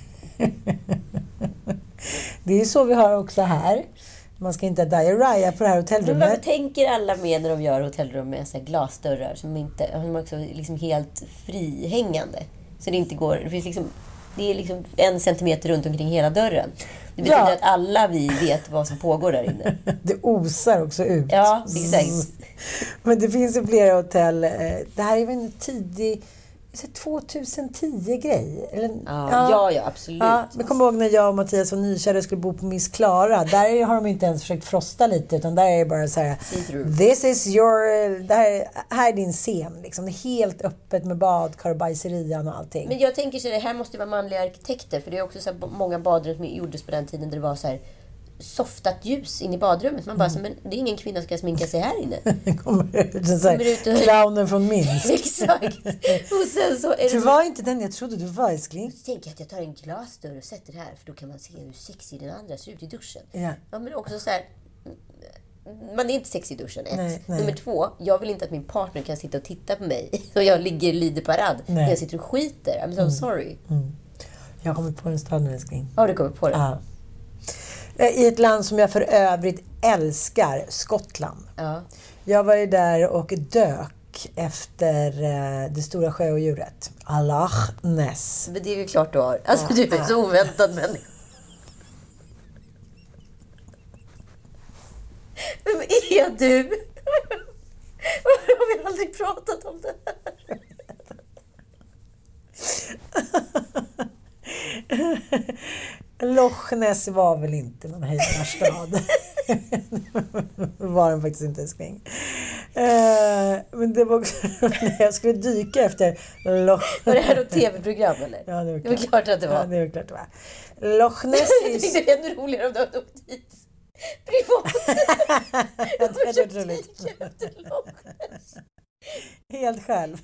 Det är ju så vi har också här. Man ska inte diarrhea på det här hotellrummet. Men vad tänker alla med när de gör hotellrum med så här glasdörrar som inte som också liksom helt frihängande? Så det inte går, det finns liksom det är liksom en centimeter runt omkring hela dörren. Det betyder ja. att alla vi vet vad som pågår där inne. Det osar också ut. Ja, exakt. Men det finns ju flera hotell. Det här är väl en tidig tjugohundratio-grej. Eller, ja, ja, ja, ja, absolut. Ja, men kom ihåg när jag och Mattias var nykärare skulle bo på Miss Clara. Där har de inte ens försökt frosta lite, utan där är det bara så här: this is your, det här, här är din scen. Liksom. Det är helt öppet med badkar och bajserian och allting. Men jag tänker så det här måste vara manliga arkitekter, för det är också så här, många badrum som gjordes på den tiden där det var så här softat ljus in i badrummet. Man bara mm. så, men det är ingen kvinna som ska sminka sig här inne. kommer ut så här, ut och... clownen från Minsk. Exakt. Och sen så är du det var så... inte den jag trodde du var, älskling. Så tänker jag att jag tar en glasdörr och sätter det här, för då kan man se hur sexig den andra ser ut i duschen. Ja. Ja, men också så här, man är inte sexig i duschen, ett. Nej, nej. Nummer två, jag vill inte att min partner kan sitta och titta på mig och jag ligger lider parad. Nej. Jag sitter och skiter. I'm so mm. sorry. Mm. Jag har kommit på en stad nu, älskling. Ja, du kommer på det. Ja. I ett land som jag för övrigt älskar, Skottland. Ja. Jag var ju där och dök efter det stora sjöodjuret. Loch Ness. Men det är ju klart du har. Alltså ja, du är ja. så oväntad människa. Vem är du? Varför har vi aldrig pratat om det här? Loch Ness var väl inte någon höjdarstad. Det var den faktiskt inte, älskling. Uh, men det var också när jag skulle dyka efter Loch Ness. Var det här ett tv-program eller? Ja, det var klart, det var klart att det var. Ja, det var klart det var. Loch Ness är... Det är ännu roligare om du hade åkt dit privat. Jag försökte dyka efter Loch Ness. Helt själv.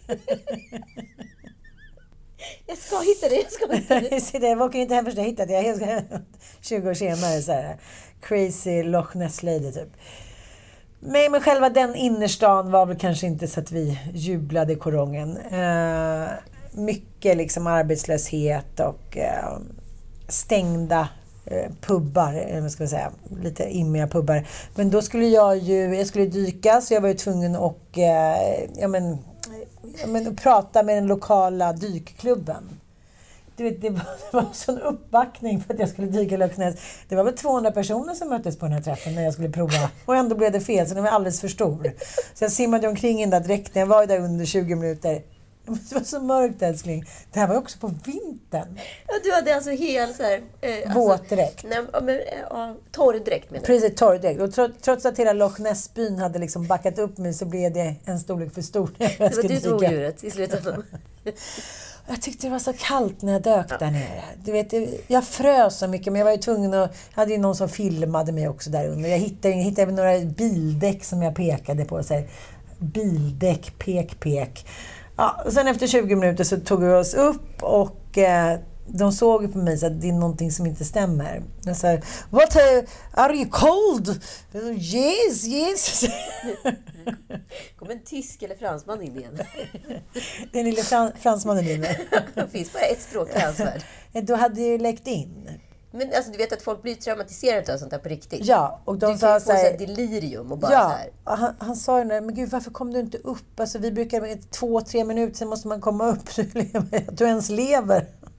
Jag ska hitta det, jag ska hitta det. Jag var inte hem först jag hittade det. Jag ska tjugo år senare så här crazy Loch Ness lady typ. Men, men själva den innerstan var väl kanske inte så att vi jublade i korongen. Uh, mycket liksom arbetslöshet och uh, stängda uh, pubbar, eller vad ska man säga, lite immiga pubbar. Men då skulle jag ju, jag skulle dyka, så jag var ju tvungen att uh, ja men men prata med den lokala dykklubben. Du vet, det var, det var en sån uppbackning för att jag skulle dyka i Loch Ness. Det var väl tvåhundra personer som möttes på den här träffen när jag skulle prova. Och ändå blev det fel, så den var alldeles för stor. Så jag simmade omkring i den där dräkten. Jag var där under tjugo minuter. Det var så mörkt, älskling. Det här var också på vintern. Ja, du hade alltså helt så här... Eh, våtdräkt. Alltså, nej, men, ja, torrdräkt menar jag. Precis, torrdräkt. Och trots, trots att hela Loch Ness-byn hade liksom backat upp mig, så blev det en storlek för stor. Det var du som odjuret i slutändan. Jag tyckte det var så kallt när jag dök ja. där nere. Du vet, jag frös så mycket, men jag var ju tvungen att... Jag hade ju någon som filmade mig också där under. Jag hittade, jag hittade några bildäck som jag pekade på. Så här, bildäck, pek, pek. Ja, sen efter tjugo minuter så tog vi oss upp och eh, de såg på mig så att det är någonting som inte stämmer. Jag sa, what are, are you cold? Yes, yes. Kom en tysk eller fransman in igen. Den lilla fran- fransmannen in. Det finns bara ett språk i hans värld. Då hade ju läckt in. Men alltså, du vet att folk blir traumatiserade av sånt där på riktigt. Ja, och de du sa kan så här, få delirium och bara ja, så här. Han, han sa ju, men gud, varför kom du inte upp? Alltså, vi brukar med två, tre minuter, sen måste man komma upp. Att du ens lever.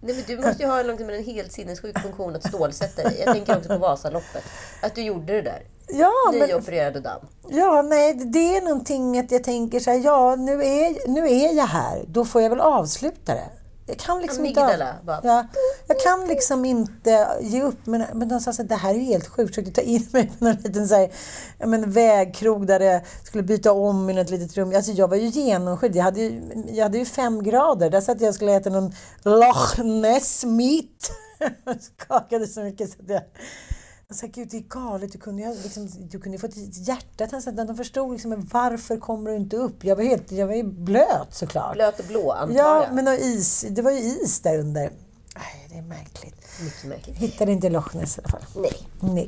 Nej, men du måste ju ha liksom en helt sinnessjuk funktion att stålsätta dig. Jag tänker också på Vasaloppet. Att du gjorde det där. Ja, nyopererade damm. Ja, nej, det är någonting att jag tänker så här, ja, nu är, nu är jag här. Då får jag väl avsluta det. Jag kan liksom inte... Av, ja, jag kan liksom inte ge upp. Men, men de sa så här, det här är helt sjukt. Jag försökte ta in mig på någon liten så här, ja, men, vägkrog där jag skulle byta om i ett litet rum. Alltså, jag var ju genomskydd. Jag hade ju, jag hade ju fem grader. Där satt jag och skulle äta någon Loch Ness meat. Jag skakade så mycket så att jag... Jag sa, gud, det är galet. Du kunde ju liksom, du kunde få ett hjärta. De förstod liksom, varför kommer du inte upp? Jag var, helt, jag var ju blöt såklart. Blöt och blå, antar ja, jag. Men och is, det var ju is där under. Aj, det är märkligt. Mycket märkligt. Hittade inte Loch Ness i alla fall. Nej. Nej.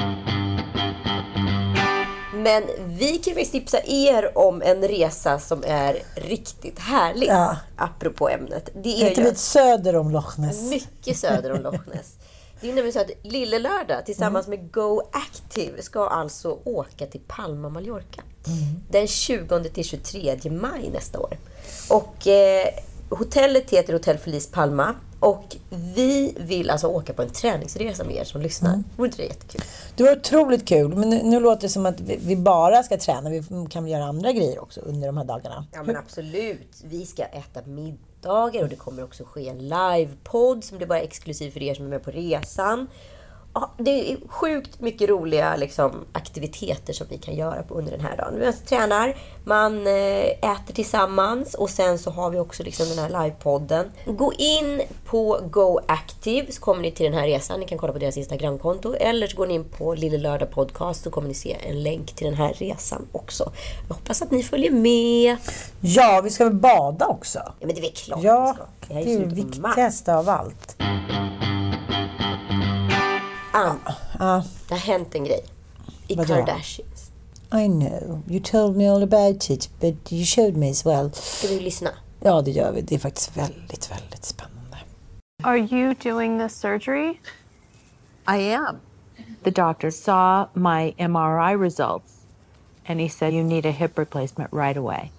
Men vi kan faktiskt tipsa er om en resa som är riktigt härlig. Ja. Apropå ämnet. Det är lite ju söder om Loch Ness. Mycket söder om Loch Ness. Det är nämligen så att Lille Lördag tillsammans mm. med Go Active ska alltså åka till Palma, Mallorca. Mm. Den tjugonde till tjugotredje maj nästa år. Och eh, hotellet heter Hotel Feliz Palma. Och vi vill alltså åka på en träningsresa med er som lyssnar. Mm. Vore det jättekul? Det var otroligt kul. Men nu, nu låter det som att vi, vi bara ska träna. Vi kan göra andra grejer också under de här dagarna. Ja, men absolut. Vi ska äta middagar och det kommer också ske en livepodd som blir bara exklusiv för er som är med på resan. Ja, det är sjukt mycket roliga liksom, aktiviteter som vi kan göra på under den här dagen. Vi alltså tränar, man äter tillsammans och sen så har vi också liksom den här livepodden. Gå in på Go Active så kommer ni till den här resan. Ni kan kolla på deras Instagramkonto eller så går ni in på Lille Lördag Podcast så kommer ni se en länk till den här resan också. Jag hoppas att ni följer med. Ja, vi ska väl bada också. Ja, men det är väl klart ja, vi ska. Det är, det är det viktigaste av allt. Ann, uh, det har hänt en grej i Vadå? Kardashians. I know. You told me all about it, but you showed me as well. Ska vi lyssna? Ja, det gör vi. Det är faktiskt väldigt, väldigt spännande. Are you doing this surgery? I am. The doctor saw my M R I results and he said, you need a hip replacement right away.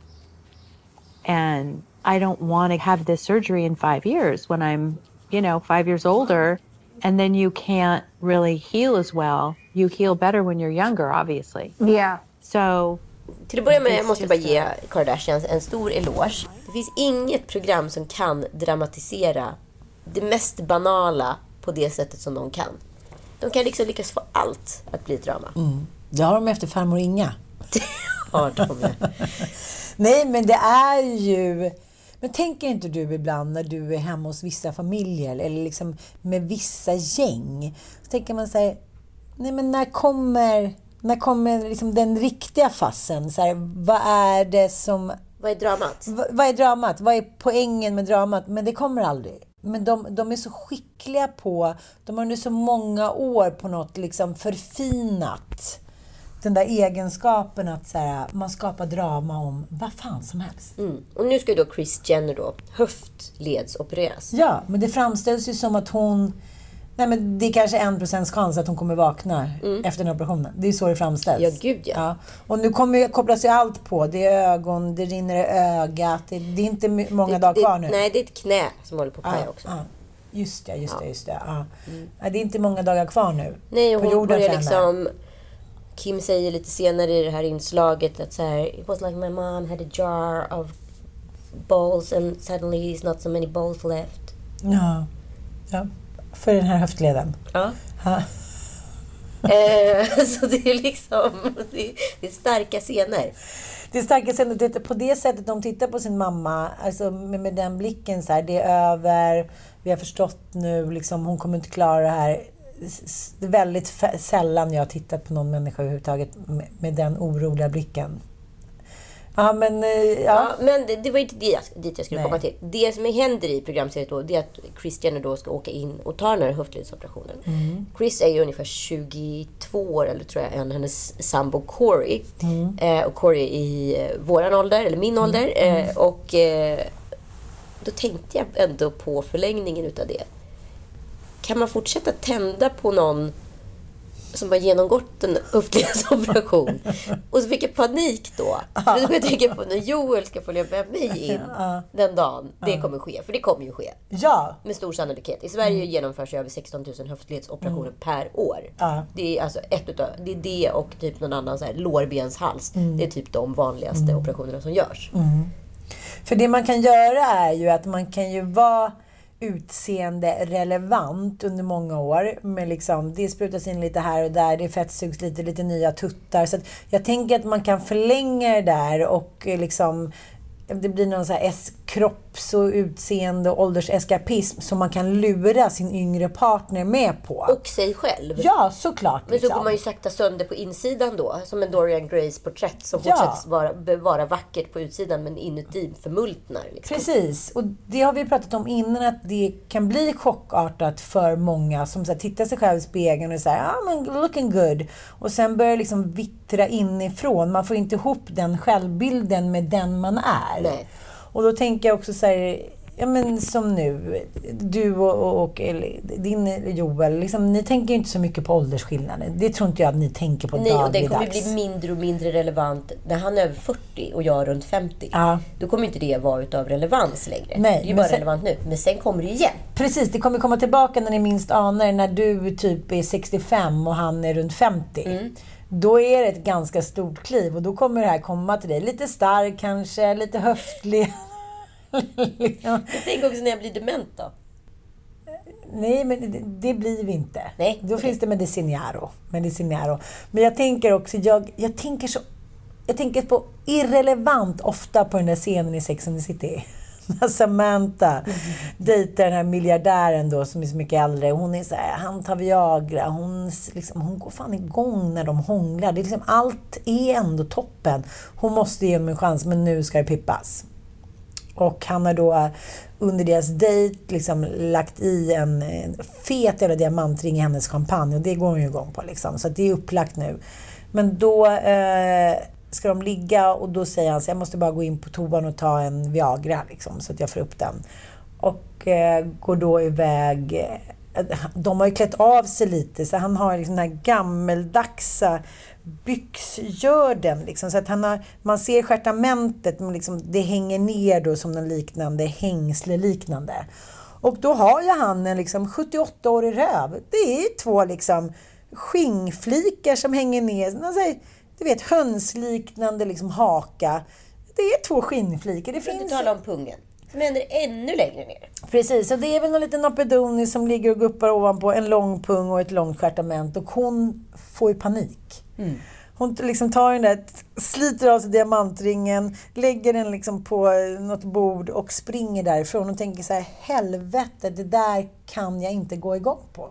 And I don't want to have this surgery in five years when I'm, you know, five years older. And then you can't really heal as well. You heal better when you're younger, obviously. Yeah. So, till att börja med jag måste jag bara ge Kardashians en stor eloge. Det finns inget program som kan dramatisera det mest banala på det sättet som de kan. De kan liksom lyckas få allt att bli ett drama. Mm. Det har de efter farmor Inga. Det har de. Nej, men det är ju... Men tänker inte du ibland när du är hemma hos vissa familjer eller liksom med vissa gäng, så tänker man så här, nej men när kommer när kommer liksom den riktiga fasen, så här, vad är det som vad är dramat? Vad, vad är dramat? Vad är poängen med dramat? Men det kommer aldrig. Men de, de är så skickliga på, de har nu så många år på något liksom förfinat den där egenskapen att så här, man skapar drama om vad fan som helst. Mm. Och nu ska ju då Kris Jenner då höftledsopereras. Ja, men det framställs ju som att hon... Nej, men det är kanske en procents chans att hon kommer vakna mm. efter den operationen. Det är så det framställs. Ja, gud ja. ja. Och nu kommer ju, kopplas ju allt på. Det är ögon, det rinner i ögat. Det, det är inte många det, dagar det, kvar nu. Nej, det är ett knä som håller på att paja ja, också. Ja. Just det, just det, just det. Ja. Mm. Ja, det är inte många dagar kvar nu. Nej, och hon börjar liksom... Kim säger lite senare i det här inslaget att så här, it was like my mom had a jar of balls and suddenly there's not so many balls left. Ja, ja. För den här höftleden. Ja. ja. eh, så det är liksom det är, det är starka scener. Det är starka scener. På det sättet de tittar på sin mamma, alltså med, med den blicken så här, det är över, vi har förstått nu, liksom, hon kommer inte klara det här. Det är väldigt f- sällan jag har tittat på någon människa överhuvudtaget med, med den oroliga blicken. Ja, men... Ja, ja men det, det var inte det, dit jag skulle Nej. komma till. Det som händer i programserien då, det är att Kris Jenner då ska åka in och ta den här höftledsoperationen. Mm. Kris är ju ungefär tjugotvå år, eller tror jag, än hennes sambo Corey. Mm. Eh, och Corey i eh, våran ålder, eller min ålder. Mm. Eh, och eh, då tänkte jag ändå på förlängningen utav det. Kan man fortsätta tända på någon som har genomgått en höftledsoperation. Och så fick jag panik då. För då tänker jag på när Joel ska följa med mig in den dagen. Det kommer ske, för det kommer ju ske. Ja. Med stor sannolikhet. I Sverige mm. genomförs över sexton tusen höftledsoperationer mm. per år. Ja. Det är alltså ett utav, det är det och typ någon annan så här lårbenshals. Mm. Det är typ de vanligaste mm. operationerna som görs. Mm. För det man kan göra är ju att man kan ju vara utseende relevant under många år. Men liksom, det sprutas in lite här och där. Det fettsugs lite, lite nya tuttar. Så att jag tänker att man kan förlänga det där och liksom... Det blir någon så här kropps- och utseende och ålderseskapism som man kan lura sin yngre partner med på. Och sig själv. Ja, såklart. Men liksom. så går man ju sakta sönder på insidan då. Som en Dorian Grays porträtt som ja. fortsätter vara, vara vackert på utsidan men inuti förmultnar. Liksom. Precis. Och det har vi pratat om innan att det kan bli chockartat för många som så här, tittar sig själv i spegeln och säger ah, men looking good. Och sen börjar liksom vittra inifrån. Man får inte ihop den självbilden med den man är. Nej. Och då tänker jag också så här, ja men som nu, du och, och, och din Joel, liksom, ni tänker ju inte så mycket på åldersskillnaden. Det tror inte jag att ni tänker på dagligdags. Nej, och det kommer bli mindre och mindre relevant när han är över fyrtio och jag är runt femtio. Ja. Då kommer inte det vara utav relevans längre. Nej, det är ju bara sen, relevant nu. Men sen kommer det igen. Precis, det kommer komma tillbaka när ni minst anar när du typ är sextiofem och han är runt femtio. Mm. Då är det ett ganska stort kliv och då kommer det här komma till dig. Lite stark kanske, lite höftlig. Jag tänker också när jag blir dement då. Nej, men det, det blir vi inte. Nej, då okay. finns det medicinaro. medicinaro. Men jag tänker också, jag, jag tänker så, jag tänker på irrelevant ofta på den där scenen i Sex and the City. När Samantha mm. dejtar den här miljardären då som är så mycket äldre. Hon är så här, han tar Viagra. Hon, liksom, hon går fan igång när de hånglar. Det är liksom, allt är ändå toppen. Hon måste ge dem en chans, men nu ska det pippas. Och han har då under deras dejt liksom lagt i en, en fet jävla diamantring i hennes champagne. Och det går hon ju igång på liksom. Så att det är upplagt nu. Men då eh, ska de ligga och då säger han så jag måste bara gå in på toan och ta en Viagra liksom, så att jag får upp den. Och eh, går då iväg. De har ju klätt av sig lite så han har liksom den här gammeldagsa byxgörden liksom, så att han har, man ser stjärtamentet men liksom, det hänger ner då som en liknande hängsle liknande. Och då har ju han en liksom sjuttioåtta-årig röv. Det är två liksom skingflikar som hänger ner. Alltså, du vet, hönsliknande liksom haka. Det är två skinnflikar. Det finns... Du talar om pungen. Som händer ännu längre ner. Precis, och det är väl någon liten Nopedoni som ligger och guppar ovanpå en lång pung och ett långt stjärtament. Och hon får ju panik. Mm. Hon liksom tar den där, sliter av sig diamantringen, lägger den liksom på något bord och springer därifrån och tänker så här, helvete, det där kan jag inte gå igång på.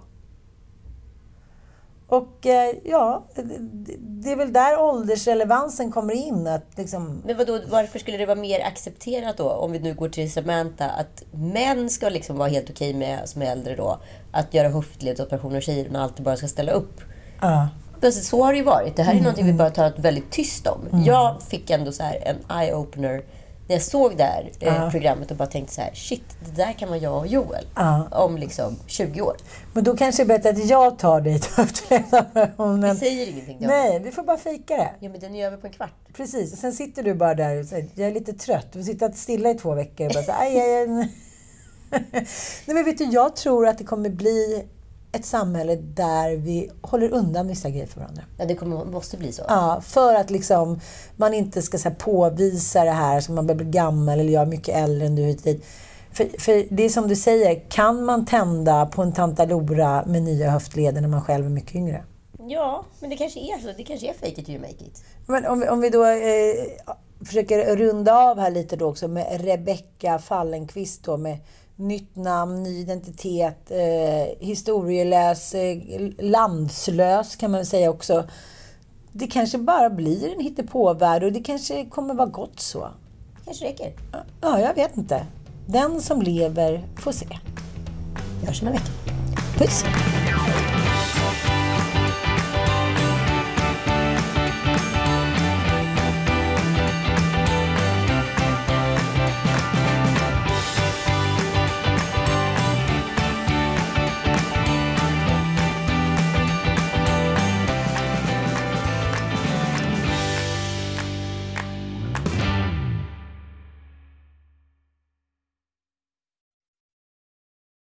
Och eh, ja, det, det är väl där åldersrelevansen kommer in. Att liksom... Men vadå, varför skulle det vara mer accepterat då, om vi nu går till Samantha, att män ska liksom vara helt okej med, som är äldre då, att göra höftledsoperationer och tjejerna alltid bara ska ställa upp? Ja. Men så har det ju varit. Det här är mm. någonting vi bara talat väldigt tyst om. Mm. Jag fick ändå så här en eye-opener när jag såg det här eh, programmet och bara tänkte så här, shit, det där kan vara jag och Joel ja. om liksom tjugo år. Men då kanske det är bättre att jag tar dig till höftledsoperationen. Vi säger ingenting då. Nej, vi får bara fika det. Ja, men den är över på en kvart. Precis, och sen sitter du bara där och säger, jag är lite trött. Du sitter stilla i två veckor och bara så aj, aj, aj. Nej, men vet du, jag tror att det kommer bli ett samhälle där vi håller undan vissa grejer för varandra. Ja, det kommer, måste bli så. Ja, för att liksom man inte ska så här, påvisa det här som man blir gammal eller jag är mycket äldre än du hit dit. För, för det är som du säger, kan man tända på en tantalora med nya höftleder när man själv är mycket yngre? Ja, men det kanske är så. Det kanske är fake it you make it. Men om vi, om vi då eh, försöker runda av här lite då också med Rebecca Fallenkvist då med nytt namn, ny identitet, eh, historielös, eh, landslös kan man väl säga också. Det kanske bara blir en hittepåvärld och det kanske kommer vara gott så. Kanske räcker. Ja, jag vet inte. Den som lever får se. Görs om en vecka. Puss!